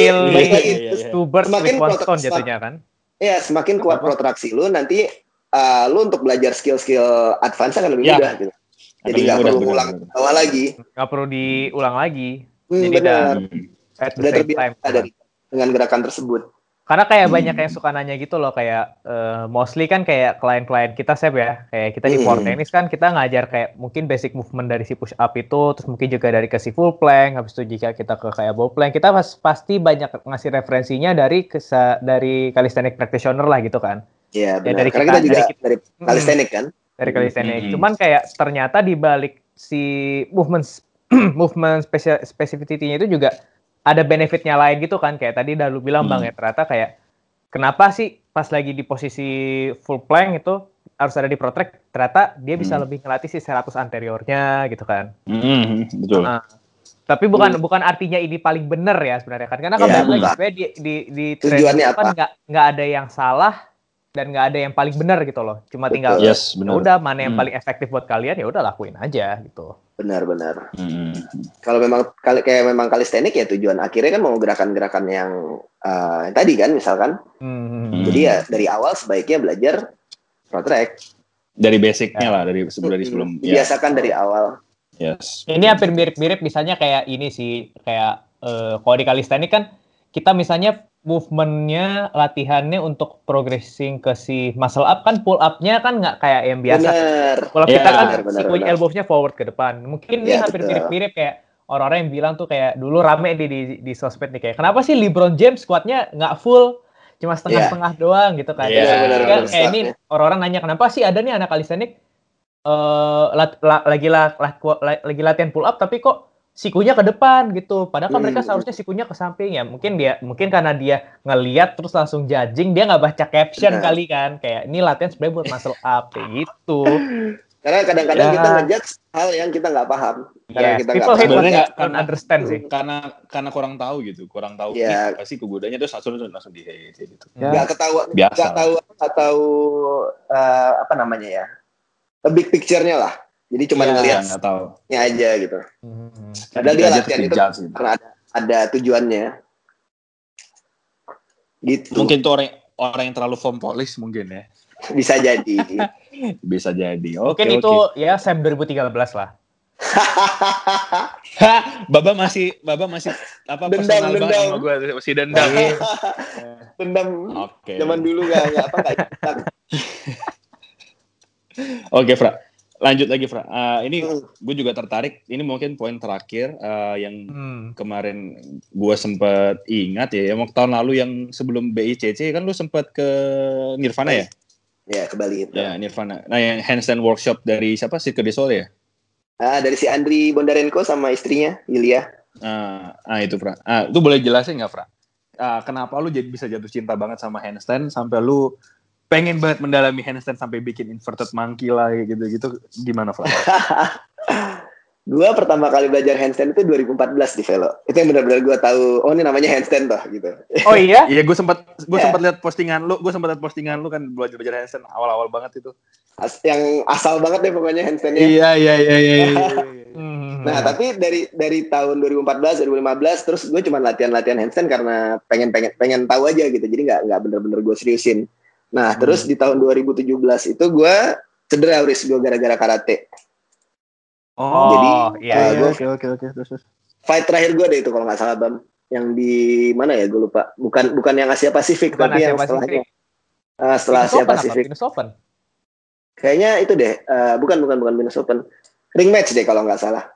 Speaker 3: semakin prot- jatuhnya kan.
Speaker 2: Iya, semakin kuat apa? protraksi lu nanti uh, lu untuk belajar skill-skill advance akan lebih ya. mudah gitu. Jadi nggak perlu bener, ulang bener, bener. lagi.
Speaker 3: Nggak perlu diulang lagi.
Speaker 2: Hmm,
Speaker 3: Jadi
Speaker 2: benar. Udah terbiasa dari dengan gerakan tersebut.
Speaker 3: Karena kayak hmm. banyak yang suka nanya gitu loh, kayak uh, mostly kan kayak klien-klien kita Seb ya, kayak kita di hmm. Core Tennis kan kita ngajar kayak mungkin basic movement dari si push up itu, terus mungkin juga dari ke si full plank, habis itu jika kita ke kayak bow plank, kita pas, pasti banyak ngasih referensinya dari kesa, dari calisthenics practitioner lah gitu kan.
Speaker 2: Iya benar, ya, dari karena kita, kita juga dari, dari calisthenics kan.
Speaker 3: Dari calisthenics, hmm. cuman kayak ternyata di balik si movement movement specificity-nya itu juga ada benefitnya lain gitu kan, kayak tadi udah lu bilang hmm. Bang ya, ternyata kayak kenapa sih pas lagi di posisi full plank itu harus ada di pro track, ternyata dia bisa hmm. lebih ngelatih si serratus anteriornya gitu kan.
Speaker 1: Hmm, betul. Nah,
Speaker 3: tapi bukan hmm. bukan artinya ini paling bener ya sebenarnya kan, karena
Speaker 2: ya,
Speaker 3: kalau lagi di di di training kan nggak nggak ada yang salah dan nggak ada yang paling benar gitu loh, cuma tinggal
Speaker 1: yes,
Speaker 3: ya udah mana yang hmm. paling efektif buat kalian ya udah lakuin aja gitu.
Speaker 2: Benar-benar.
Speaker 1: Hmm.
Speaker 2: Kalau memang kayak memang calisthenics ya tujuan akhirnya kan mau gerakan-gerakan yang uh, yang tadi kan misalkan. Hmm. Jadi ya dari awal sebaiknya belajar pro track.
Speaker 1: Dari basicnya ya. lah dari sebelum dari sebelum.
Speaker 2: Biasakan ya. dari awal.
Speaker 1: Yes.
Speaker 3: Ini hampir mirip-mirip misalnya kayak ini sih, kayak uh, kalau di calisthenics kan kita misalnya movement-nya, latihannya untuk progressing ke si muscle up kan, pull up-nya kan nggak kayak yang biasa.
Speaker 2: Bener.
Speaker 3: Kalau kita
Speaker 2: ya,
Speaker 3: kan
Speaker 2: bener,
Speaker 3: sikunya elbows-nya forward ke depan. Mungkin ini ya, hampir betul. mirip-mirip kayak orang-orang yang bilang tuh kayak dulu rame di di, di sosmed nih kayak kenapa sih LeBron James squat-nya nggak full, cuma setengah-setengah yeah. doang gitu kan.
Speaker 2: Yeah,
Speaker 3: ya,
Speaker 2: bener,
Speaker 3: kan
Speaker 2: bener,
Speaker 3: kayak ini orang-orang nanya kenapa sih ada nih anak calisthenics uh, lat, la, lagi la, la, la, lagi latihan pull up tapi kok sikunya ke depan gitu, padahal kan hmm. mereka seharusnya sikunya ke samping ya. Mungkin dia, mungkin karena dia ngelihat terus langsung judging, dia nggak baca caption nah. kali kan, kayak ini latihan sebenarnya buat muscle up kayak gitu.
Speaker 2: Karena kadang-kadang ya. kita ngejudge hal yang kita nggak paham, karena
Speaker 3: yeah.
Speaker 2: kita
Speaker 3: nggak
Speaker 1: paham.
Speaker 3: Nggak karena understand sih.
Speaker 1: Karena karena kurang tahu gitu, kurang tahu.
Speaker 2: Yeah.
Speaker 1: Nih, pasti kegodanya terus langsung langsung di gitu.
Speaker 2: Nggak ketahuan, nggak tahu, nggak tahu uh, apa namanya ya, a big picture-nya lah. Jadi cuma ya, ngelihat ya aja gitu. Hmm. Padahal dia latihan itu gitu. Karena ada, ada tujuannya. Gitu.
Speaker 1: Mungkin tuh orang orang yang terlalu form polish mungkin ya.
Speaker 2: Bisa jadi.
Speaker 1: Bisa jadi. Oke,
Speaker 3: mungkin
Speaker 1: oke.
Speaker 3: itu ya Sam dua ribu tiga belas lah.
Speaker 1: Baba masih Baba masih apa
Speaker 2: dendam,
Speaker 1: personal
Speaker 2: dendam.
Speaker 1: banget sama gue masih dendam.
Speaker 2: Dendam.
Speaker 1: Okay.
Speaker 2: Zaman dulu enggak enggak apa enggak.
Speaker 1: Oke, Fra. Lanjut lagi, Fra. Uh, ini hmm. gue juga tertarik. Ini mungkin poin terakhir uh, yang hmm. kemarin gue sempat ingat ya. Yang tahun lalu yang sebelum B I C C kan lu sempat ke Nirvana ya?
Speaker 2: Ya, ke Bali. Itu.
Speaker 1: Ya, Nirvana. Nah, yang handstand workshop dari siapa? Cirque du Soleil ya?
Speaker 2: Ah, dari si Andri Bondarenko sama istrinya, Yulia.
Speaker 1: Ah, ah itu, Fra. Ah, itu boleh jelasin nggak, Fra? Ah, kenapa lu jadi bisa jatuh cinta banget sama handstand sampai lu pengen banget mendalami handstand sampai bikin inverted monkey lah gitu-gitu, gimana, Fra?
Speaker 2: Gue pertama kali belajar handstand itu dua ribu empat belas di Velo. Itu yang benar-benar gue tahu, oh ini namanya handstand toh gitu.
Speaker 3: Oh iya?
Speaker 1: Iya, gue sempat gue yeah. sempat lihat postingan lu, gue sempat lihat postingan lu kan belajar belajar handstand awal-awal banget itu.
Speaker 2: As, yang asal banget deh pokoknya handstandnya.
Speaker 1: Iya iya iya iya.
Speaker 2: Hmm. Nah, tapi dari dari tahun dua ribu empat belas, dua ribu lima belas terus gue cuma latihan-latihan handstand karena pengen pengen pengen tahu aja gitu. Jadi nggak nggak bener-bener gue seriusin. Nah, hmm. terus di tahun dua ribu tujuh belas itu gue cedera wrist gue gara-gara karate.
Speaker 3: Oh,
Speaker 2: jadi
Speaker 3: iya,
Speaker 2: uh, gue
Speaker 1: oke oke oke terus terus. Fight
Speaker 2: terakhir gue deh itu kalau nggak salah Bam. Yang di mana ya gue lupa. Bukan bukan yang Asia Pasifik
Speaker 3: bukan
Speaker 2: tapi
Speaker 3: Asia
Speaker 2: yang
Speaker 3: Pasifik.
Speaker 2: setelahnya. Uh, setelah
Speaker 3: Venus
Speaker 2: Asia
Speaker 3: Open
Speaker 2: Pasifik.
Speaker 3: Apa? Venus Open.
Speaker 2: Kayaknya itu deh. Uh, bukan bukan bukan Venus Open. Ring match deh kalau nggak salah.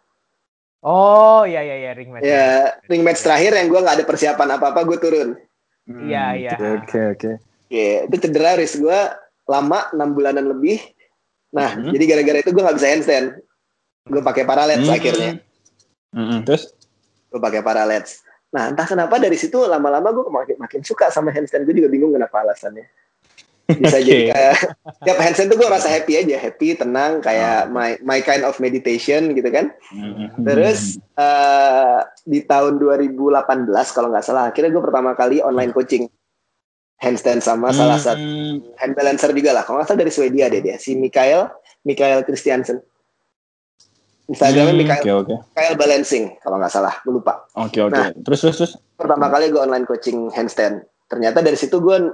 Speaker 3: Oh iya iya iya ring match.
Speaker 2: Ya ring match terakhir yang gue nggak ada persiapan apa-apa gue turun.
Speaker 3: Iya hmm, iya.
Speaker 1: Oke oke.
Speaker 2: Iya itu cedera wrist gue lama enam bulanan lebih. Nah hmm. jadi gara-gara itu gue nggak bisa handstand. Gue pakai paralets hmm. akhirnya.
Speaker 1: Hmm. Terus?
Speaker 2: Gue pakai paralets. Nah entah kenapa dari situ lama-lama gue makin makin suka sama handstand. Gue juga bingung kenapa alasannya. Bisa okay. jadi kayak tiap handstand tuh gue rasa happy aja, happy, tenang, kayak oh. my my kind of meditation gitu kan. Mm-hmm. Terus uh, di tahun dua ribu delapan belas kalau nggak salah, akhirnya gue pertama kali online coaching handstand sama mm-hmm. salah satu hand balancer juga lah. Kalau nggak salah dari Swedia deh dia, si Mikael Mikael Christiansen. Instagramnya mm, Mikael, okay, okay. Mikael Balancing kalau nggak salah, gue lupa.
Speaker 1: Oke okay, oke. Okay.
Speaker 2: Nah,
Speaker 1: terus terus terus.
Speaker 2: Pertama kali gue online coaching handstand. Ternyata dari situ gue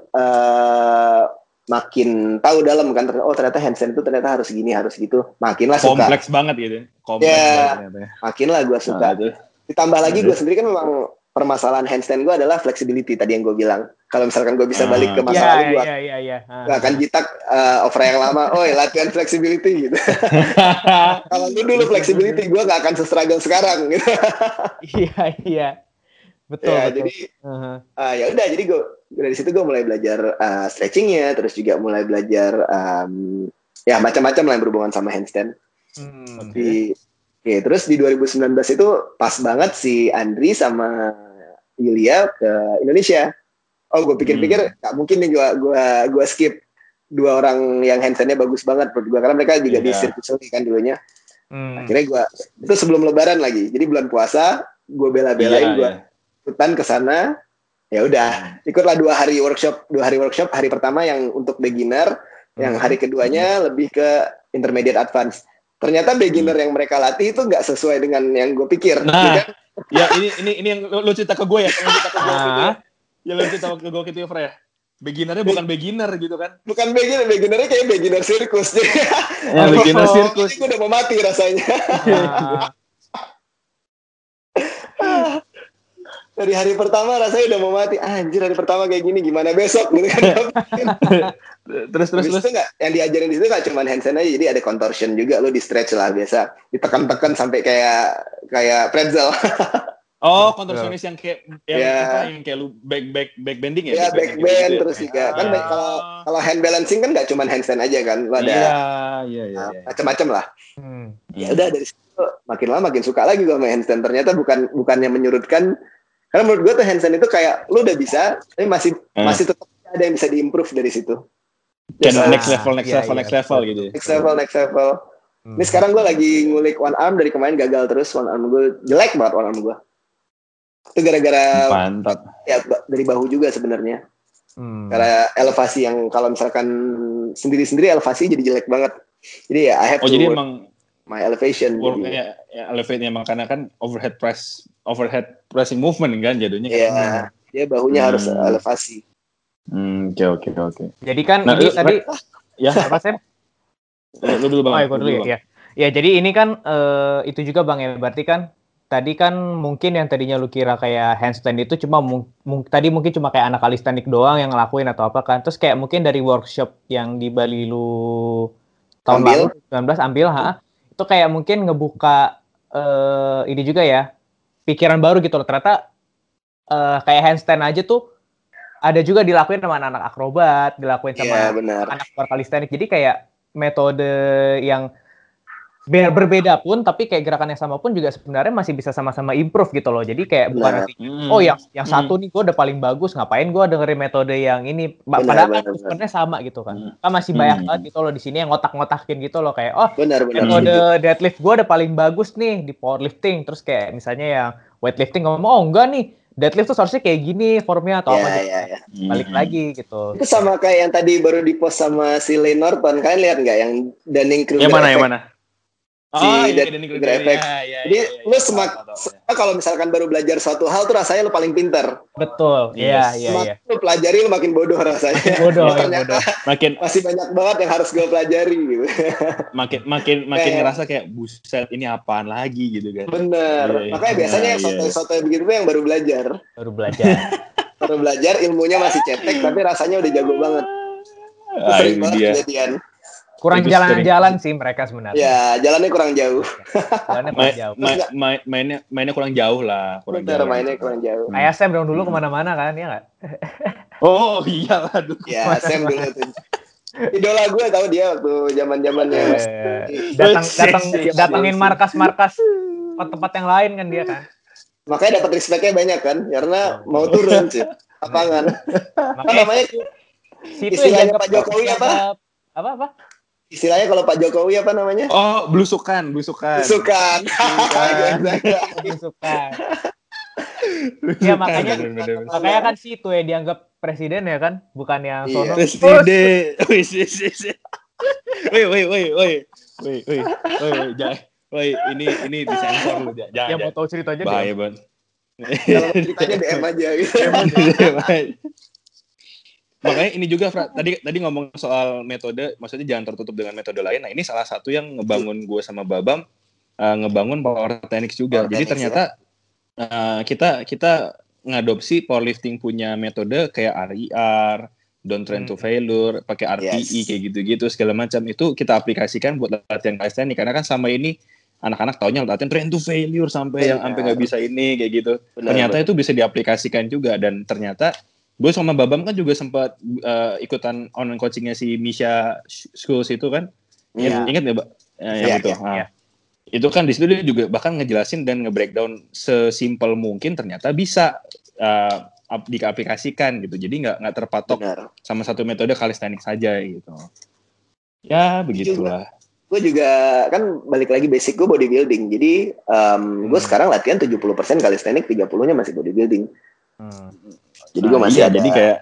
Speaker 2: uh, makin tahu dalam kan, oh ternyata handstand itu ternyata harus gini harus gitu, makinlah suka.
Speaker 1: Kompleks banget gitu. Kompleks
Speaker 2: ya, banget, makinlah gue suka. Nah, ditambah lagi gue sendiri kan memang permasalahan handstand gue adalah flexibility tadi yang gue bilang. Kalau misalkan gue bisa balik ke masa
Speaker 3: yeah,
Speaker 2: lalu gue
Speaker 3: yeah, yeah, yeah. uh.
Speaker 2: gak akan jitak uh, over yang lama. Oh latihan flexibility gitu. Kalau lu dulu flexibility gue gak akan se-struggle sekarang gitu.
Speaker 3: Iya iya. Betul,
Speaker 2: ya,
Speaker 3: betul.
Speaker 2: Jadi uh-huh. uh, ya udah jadi gue dari situ gue mulai belajar uh, stretchingnya, terus juga mulai belajar um, ya macam-macam lah yang berhubungan sama handstand. Hmm, di, okay. ya, terus di dua ribu sembilan belas itu pas banget si Andri sama Yulia ke Indonesia. Oh gue pikir-pikir hmm. gak mungkin nih gue gue gue skip dua orang yang handstandnya bagus banget menurut gue karena mereka juga yeah. di sirkuit Sony kan dulunya. Hmm. Akhirnya gue itu sebelum Lebaran lagi, jadi bulan puasa gue bela-belain yeah, gue. Yeah. Ikutan ke sana, ya udah ikutlah dua hari workshop, dua hari workshop. Hari pertama yang untuk beginner, hmm. yang hari keduanya hmm. lebih ke intermediate advance. Ternyata beginner hmm. yang mereka latih itu nggak sesuai dengan yang gue pikir.
Speaker 1: Nah, kan? ya ini ini ini yang lu, lu cerita ke gue ya, lu cerita ke gue gitu ya. Ya lu cerita ke gue gitu ya, Fre. Beginnernya bukan beginner gitu kan?
Speaker 2: Bukan beginner, beginnernya kayak beginner sirkus.
Speaker 1: Ya, beginner sirkus.
Speaker 2: Ini gue udah mau mati rasanya. Ah. Dari hari pertama rasanya udah mau mati. Anjir hari pertama kayak gini gimana besok gitu kan.
Speaker 1: terus terus terus
Speaker 2: enggak yang diajarin di situ enggak cuma handstand aja, jadi ada contortion juga, lo di stretch lah biasa. Ditekan-tekan sampai kayak kayak pretzel.
Speaker 1: Oh, contortionist yang kayak yang
Speaker 2: yeah.
Speaker 1: apa yang kayak lu back back back bending ya?
Speaker 2: Iya, yeah, back bend gitu, terus juga. Ah. Kan kalau kalau hand balancing kan enggak cuma handstand aja kan. Lo ada
Speaker 1: Iya, iya, iya.
Speaker 2: Macam-macam lah. Hmm. Ya udah dari situ makin lama makin suka lagi gue main handstand. Ternyata bukan bukannya menyurutkan. Karena menurut gue tuh handstand itu kayak lu udah bisa, tapi masih hmm. masih tetap ada yang bisa diimprove dari situ.
Speaker 1: Kayak next level, next level, next level gitu.
Speaker 2: Next level, next level. Hmm. Ini sekarang gue lagi ngulik one arm, dari kemarin gagal terus one arm gue jelek banget one arm gue. Itu gara-gara
Speaker 1: mantap.
Speaker 2: Ya dari bahu juga sebenarnya. Hmm. Karena elevasi yang kalau misalkan sendiri-sendiri elevasi jadi jelek banget. Jadi ya I have
Speaker 1: oh,
Speaker 2: to
Speaker 1: jadi emang
Speaker 2: my elevation.
Speaker 1: Work, ya, ya elevate-nya emang karena kan overhead press, overhead pressing movement kan jadinya.
Speaker 2: Iya, yeah, dia bahunya hmm. harus elevasi.
Speaker 1: Hmm, oke oke oke.
Speaker 3: Jadi kan
Speaker 1: nah,
Speaker 3: ini
Speaker 1: lu,
Speaker 3: tadi
Speaker 1: ya
Speaker 3: apa Sam?
Speaker 1: Lu dulu Bang.
Speaker 3: Oh, aku dulu ya. Ya. Ya, jadi ini kan uh, itu juga Bang ya, berarti kan tadi kan mungkin yang tadinya lu kira kayak handstand itu cuma mung- mung- tadi mungkin cuma kayak anak kalistenik doang yang ngelakuin atau apa kan. Terus kayak mungkin dari workshop yang di Bali lu tahun
Speaker 2: ambil.
Speaker 3: lalu sembilan belas ambil, ha. Itu kayak mungkin ngebuka uh, ini juga ya, pikiran baru gitu loh. Ternyata uh, kayak handstand aja tuh ada juga dilakuin sama anak-anak akrobat, dilakuin sama
Speaker 2: yeah, benar.
Speaker 3: anak luar kalistenik. Jadi kayak metode yang ber- berbeda pun, tapi kayak gerakan yang sama pun juga sebenarnya masih bisa sama-sama improve gitu loh. Jadi kayak bukan nanti, oh yang yang satu nih gue udah paling bagus, ngapain gue dengerin metode yang ini? Benar, padahal benar, kan sebenarnya sama gitu kan. Kan masih banyak banget gitu loh di sini yang ngotak-ngotakin gitu loh kayak, oh
Speaker 2: benar, benar,
Speaker 3: metode
Speaker 2: benar.
Speaker 3: deadlift gue udah paling bagus nih di powerlifting. Terus kayak misalnya yang weightlifting ngomong, oh enggak nih, deadlift tuh seharusnya kayak gini formnya atau
Speaker 2: ya,
Speaker 3: apa gitu.
Speaker 2: Ya, ya.
Speaker 3: Balik hmm. lagi gitu.
Speaker 2: Itu sama kayak yang tadi baru di post sama si Lee Norton. Kalian lihat nggak yang Dunning-Kruger
Speaker 1: yang mana
Speaker 2: effect?
Speaker 1: Yang mana?
Speaker 2: si
Speaker 1: oh, iya,
Speaker 2: Dunning-Kruger effect. Ya, ya, Jadi ya, ya, lu semak ya. Kalau misalkan baru belajar suatu hal tuh rasanya lu paling pintar.
Speaker 3: Betul. Iya, iya, iya.
Speaker 2: Lu pelajari lu makin bodoh rasanya.
Speaker 3: Makin bodoh,
Speaker 2: ya, ternyata
Speaker 3: bodoh.
Speaker 2: Makin masih banyak banget yang harus gue pelajari gitu.
Speaker 1: Makin makin makin eh. ngerasa kayak buset ini apaan lagi gitu kan.
Speaker 2: Bener. Ya, Makanya ya, biasanya yang sotoy-sotoy ya. begitu yang baru belajar.
Speaker 3: Baru belajar.
Speaker 2: baru belajar ilmunya masih cetek tapi rasanya udah jago banget. Itu ah, sering banget kejadian.
Speaker 3: Kurang jalan-jalan sih mereka sebenarnya.
Speaker 2: Ya, jalannya kurang jauh.
Speaker 3: Jalannya kurang jauh.
Speaker 1: Ma- ma- ma- mainnya mainnya kurang jauh lah, kurang
Speaker 2: Bener,
Speaker 1: jauh.
Speaker 2: mainnya kurang jauh.
Speaker 3: Kayak Sam dong dulu kemana-mana kan, ya nggak?
Speaker 1: Oh iyalah dulu.
Speaker 2: Ya, Sam dulu tuh. Idola gue tahu dia waktu zaman-zamannya.
Speaker 3: datang datang datengin markas-markas tempat yang lain kan dia kan.
Speaker 2: Makanya dapat respect-nya banyak kan, karena mau turun sih lapangan. Apa namanya? Istilahnya Pak Jokowi apa?
Speaker 3: Apa apa?
Speaker 2: Istilahnya kalau Pak Jokowi apa namanya?
Speaker 1: Oh, blusukan, blusukan.
Speaker 2: Blusukan.
Speaker 3: Blusukan. Ya makanya makanya kan sih itu ya dianggap presiden ya kan, bukan yang sono.
Speaker 1: Presiden. Wih, wih, wih, wih, wih, wih, wih, wih, jangan, wih, ini ini disensor lu, jangan.
Speaker 3: Ya mau tahu ceritanya
Speaker 1: bahaya banget.
Speaker 2: Kalau ceritanya D M aja gitu.
Speaker 1: Makanya ini juga Fra, tadi tadi ngomong soal metode, maksudnya jangan tertutup dengan metode lain. Nah ini salah satu yang ngebangun gue sama Babam, uh, ngebangun power techniques juga. Power Jadi techniques, ternyata ya? uh, kita kita ngadopsi powerlifting punya metode kayak R I R, don't train hmm. to failure, pakai R T I yes. kayak gitu-gitu segala macam itu kita aplikasikan buat latihan calisthenics. Karena kan sama ini anak-anak taunya latihan train to failure sampai ya, yang sampai nggak bisa ini kayak gitu. Benar, ternyata benar. Itu bisa diaplikasikan juga dan ternyata gue sama Babam kan juga sempat uh, ikutan online coachingnya si Misha Schools itu kan.
Speaker 2: Yeah.
Speaker 1: Ingat nggak, Mbak? Ya, yang
Speaker 2: yeah,
Speaker 1: itu.
Speaker 2: Yeah,
Speaker 1: nah,
Speaker 2: yeah.
Speaker 1: Itu kan di situ dia juga bahkan ngejelasin dan nge-breakdown sesimpel mungkin ternyata bisa uh, diaplikasikan gitu. Jadi nggak nggak terpatok Benar. sama satu metode calisthenics saja gitu. Ya begitulah.
Speaker 2: Gue juga kan balik lagi basic gue bodybuilding. Jadi um, gue hmm. sekarang latihan tujuh puluh persen calisthenics, tiga puluh nya masih bodybuilding. Hmm. Jadi gue masih
Speaker 1: nah, iya,
Speaker 2: ada.
Speaker 1: Jadi kayak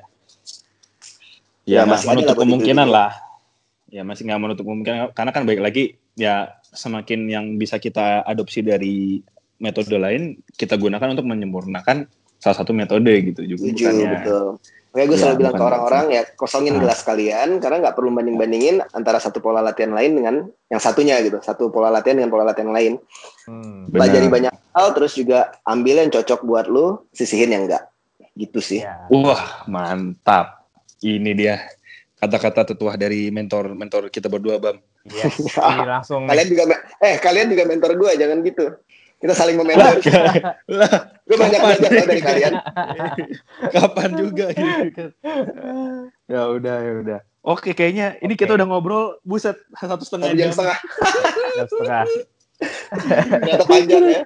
Speaker 1: ya, ya masih menutup kemungkinan
Speaker 2: juga.
Speaker 1: lah. Ya masih nggak menutup kemungkinan karena kan baik lagi ya semakin yang bisa kita adopsi dari metode lain kita gunakan untuk menyempurnakan salah satu metode gitu juga.
Speaker 2: Tujuh, betul. Makanya gue ya, selalu bilang ke orang-orang ya kosongin nah. gelas kalian karena nggak perlu banding-bandingin antara satu pola latihan lain dengan yang satunya gitu. Satu pola latihan dengan pola latihan lain. Hmm, Pelajari banyak hal terus juga ambil yang cocok buat lu, sisihin yang enggak. Gitu sih.
Speaker 1: Ya. Wah, mantap. Ini dia kata-kata tetua dari mentor-mentor kita berdua, Bam.
Speaker 3: Yes, ini langsung.
Speaker 2: Kalian juga eh kalian juga mentor gue, jangan gitu. Kita saling mementor. Gue banyak belajar dari kalian.
Speaker 1: Kapan juga gitu. Ya udah, ya udah. Oke, kayaknya ini okay. kita udah ngobrol buset satu setengah
Speaker 2: jam. Setengah.
Speaker 3: Jam setengah.
Speaker 2: Ternyata panjang ya.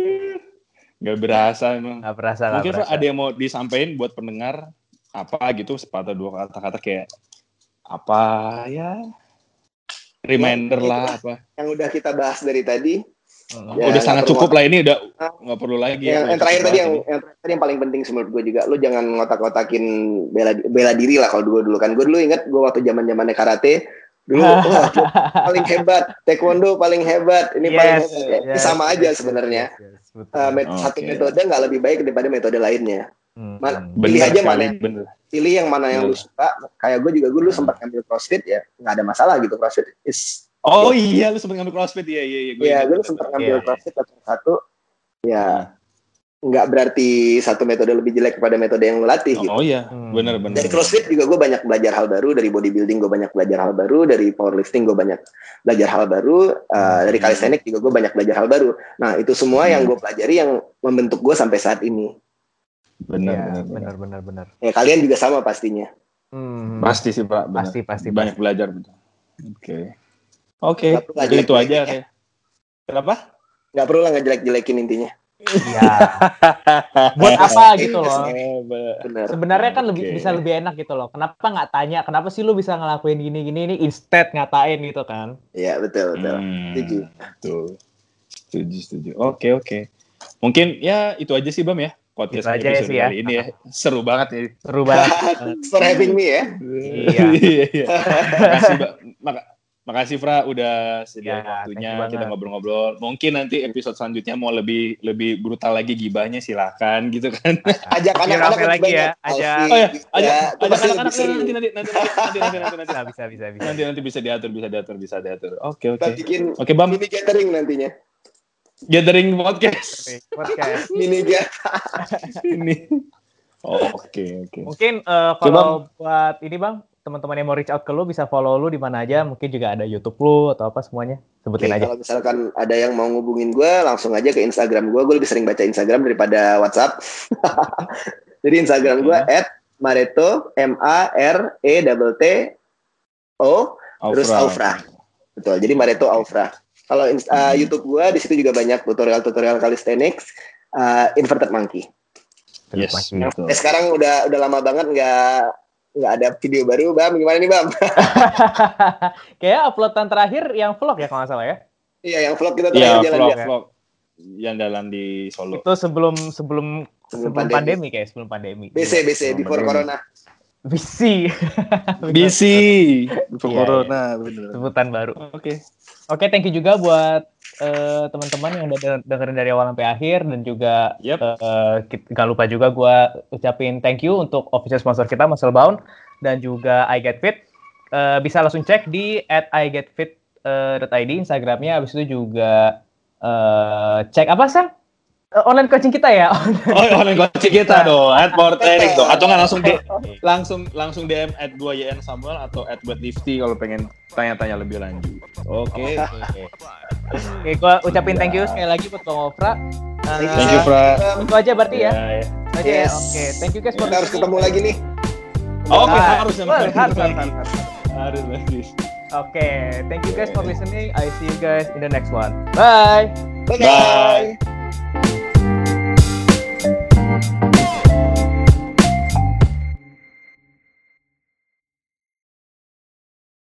Speaker 1: Gak berasa emang.
Speaker 3: Gak berasa.
Speaker 1: Mungkin
Speaker 3: gak berasa.
Speaker 1: Ada yang mau disampaikan buat pendengar apa gitu sepatah dua kata-kata kayak apa ya reminder ya, lah apa
Speaker 2: yang udah kita bahas dari tadi.
Speaker 1: Hmm. Ya, udah sangat cukup lah ini udah nggak perlu lagi.
Speaker 2: Yang, ya, yang terakhir tadi yang, yang terakhir yang paling penting menurut gue juga, lu jangan ngotak-ngotakin bela bela diri lah kalau dulu dulu kan. Gue dulu ingat gue waktu zaman zamannya karate dulu oh, paling hebat, taekwondo paling hebat, ini yes, paling hebat. Ya, yes, sama yes, aja sebenarnya. Yes, yes, uh, met- okay. Satu metode nggak lebih baik daripada metode lainnya. Hmm. Mana, pilih aja mana, bener. Pilih yang mana yang bener. Lu suka. Kayak gue juga gue dulu sempat ngambil CrossFit ya, nggak ada masalah gitu CrossFit. Is
Speaker 1: Oh iya, lu sempat ngambil CrossFit ya, iya iya.
Speaker 2: Iya, gue sempat ngambil yeah. CrossFit satu-satu. Ya, nggak berarti satu metode lebih jelek kepada metode yang lu latih.
Speaker 1: Oh,
Speaker 2: gitu.
Speaker 1: Oh iya, benar-benar.
Speaker 2: Dari CrossFit juga gue banyak belajar hal baru, dari bodybuilding gue banyak belajar hal baru, dari powerlifting gue banyak belajar hal baru, uh, dari calisthenics juga gue banyak belajar hal baru. Nah itu semua hmm. yang gue pelajari yang membentuk gue sampai saat ini.
Speaker 1: Benar,
Speaker 3: ya, benar, benar, benar.
Speaker 2: Ya kalian juga sama pastinya.
Speaker 1: Hmm. Pasti sih Pak. Benar.
Speaker 3: Pasti, pasti.
Speaker 1: Banyak
Speaker 3: pasti.
Speaker 1: belajar betul. Oke. Oke. Okay. Itu aja. Ya. Kenapa?
Speaker 2: Gak perlu lah ngejelek-jelekin intinya.
Speaker 3: Iya. Buat apa gitu loh?
Speaker 2: Bener.
Speaker 3: Sebenarnya kan okay. lebih bisa lebih enak gitu loh. Kenapa nggak tanya? Kenapa sih lu bisa ngelakuin gini-gini ini instead ngatain gitu kan?
Speaker 2: Iya betul betul.
Speaker 1: Hmm,
Speaker 2: setuju.
Speaker 1: Betul. Setuju setuju. Oke oke. Mungkin ya itu aja sih Bam ya. Podcast
Speaker 3: aja
Speaker 1: episode
Speaker 3: sih ya.
Speaker 1: Kali ini ya. Seru banget ya.
Speaker 3: Seru banget.
Speaker 2: For having me ya.
Speaker 3: Iya.
Speaker 1: Iya. Makasih Mbak. Mak- Makasih Fra udah sediain
Speaker 3: ya,
Speaker 1: waktunya kita ngobrol-ngobrol. Mungkin nanti episode selanjutnya mau lebih lebih brutal lagi gibahnya silakan gitu kan.
Speaker 2: Ajak anak-anak
Speaker 3: lagi ya. Ajak
Speaker 1: oh ya, ajak ajak anak-anak
Speaker 2: nanti
Speaker 1: nanti nanti nanti nanti nanti nanti nanti
Speaker 3: nah, bisa bisa bisa.
Speaker 1: Nanti nanti bisa diatur bisa diatur bisa diatur. Oke oke.
Speaker 2: Kita bikin
Speaker 1: Oke Bam.
Speaker 2: Mini gathering nantinya.
Speaker 1: Gathering podcast.
Speaker 3: Podcast.
Speaker 2: Mini gathering.
Speaker 1: Ini. Oh, oke oke.
Speaker 3: Mungkin uh, kalau buat ini Bang, teman-teman yang mau reach out ke lu bisa follow lu di mana aja, mungkin juga ada YouTube lu atau apa semuanya, sebutin
Speaker 2: Oke,
Speaker 3: aja.
Speaker 2: Kalau misalkan ada yang mau ngubungin gue, langsung aja ke Instagram gue. Gue lebih sering baca Instagram daripada WhatsApp. Jadi Instagram gue at Mareto M A R E T T O terus Aufra. Betul. Jadi Mareto Aufra. Kalau uh, YouTube gue di situ juga banyak tutorial-tutorial calisthenics, uh, inverted monkey.
Speaker 1: Yes.
Speaker 2: Eh, sekarang udah udah lama banget nggak nggak ada video baru, Bam. Gimana nih, Bam?
Speaker 3: Kayak uploadan terakhir yang vlog ya kalau nggak salah ya?
Speaker 2: Iya, yang vlog kita terakhir
Speaker 1: ya,
Speaker 2: jalan
Speaker 1: vlog,
Speaker 2: ya.
Speaker 1: vlog yang jalan di Solo.
Speaker 3: Itu sebelum sebelum sebelum, sebelum pandemi. pandemi kayak sebelum pandemi.
Speaker 2: B C B C before corona.
Speaker 3: B C.
Speaker 1: B C before corona, benar.
Speaker 3: Sebutan baru.
Speaker 1: Oke. Okay.
Speaker 3: Oke, okay, thank you juga buat uh, teman-teman yang udah dengerin dari awal sampai akhir, dan juga yep. uh, gak lupa juga gue ucapin thank you untuk official sponsor kita Muscle Bound dan juga I Get Fit. Uh, bisa langsung cek di at i get fit dot i d Instagramnya. Abis itu juga uh, cek apa Sam? Uh, online coaching kita ya.
Speaker 1: Oh, online coaching kita dong. At Power Training dong. Atau nggak langsung di, langsung langsung D M at dua Y N Samuel atau at weightlifty kalau pengen tanya-tanya lebih lanjut. Oke.
Speaker 3: Okay. Oke, okay, gue ucapin thank you sekali lagi buat Bang Ofra.
Speaker 1: Uh, thank you, Fra.
Speaker 3: Itu aja berarti ya.
Speaker 1: Yeah, yeah.
Speaker 3: Aja yes. ya. Oke, okay. Thank you guys.
Speaker 2: Kita harus ketemu lagi nih.
Speaker 1: Oke, okay, harus yang
Speaker 3: harus harus
Speaker 1: harus lagi.
Speaker 3: Oke, thank you guys for listening. I see you guys in the next one. Bye.
Speaker 2: Bye. Bye.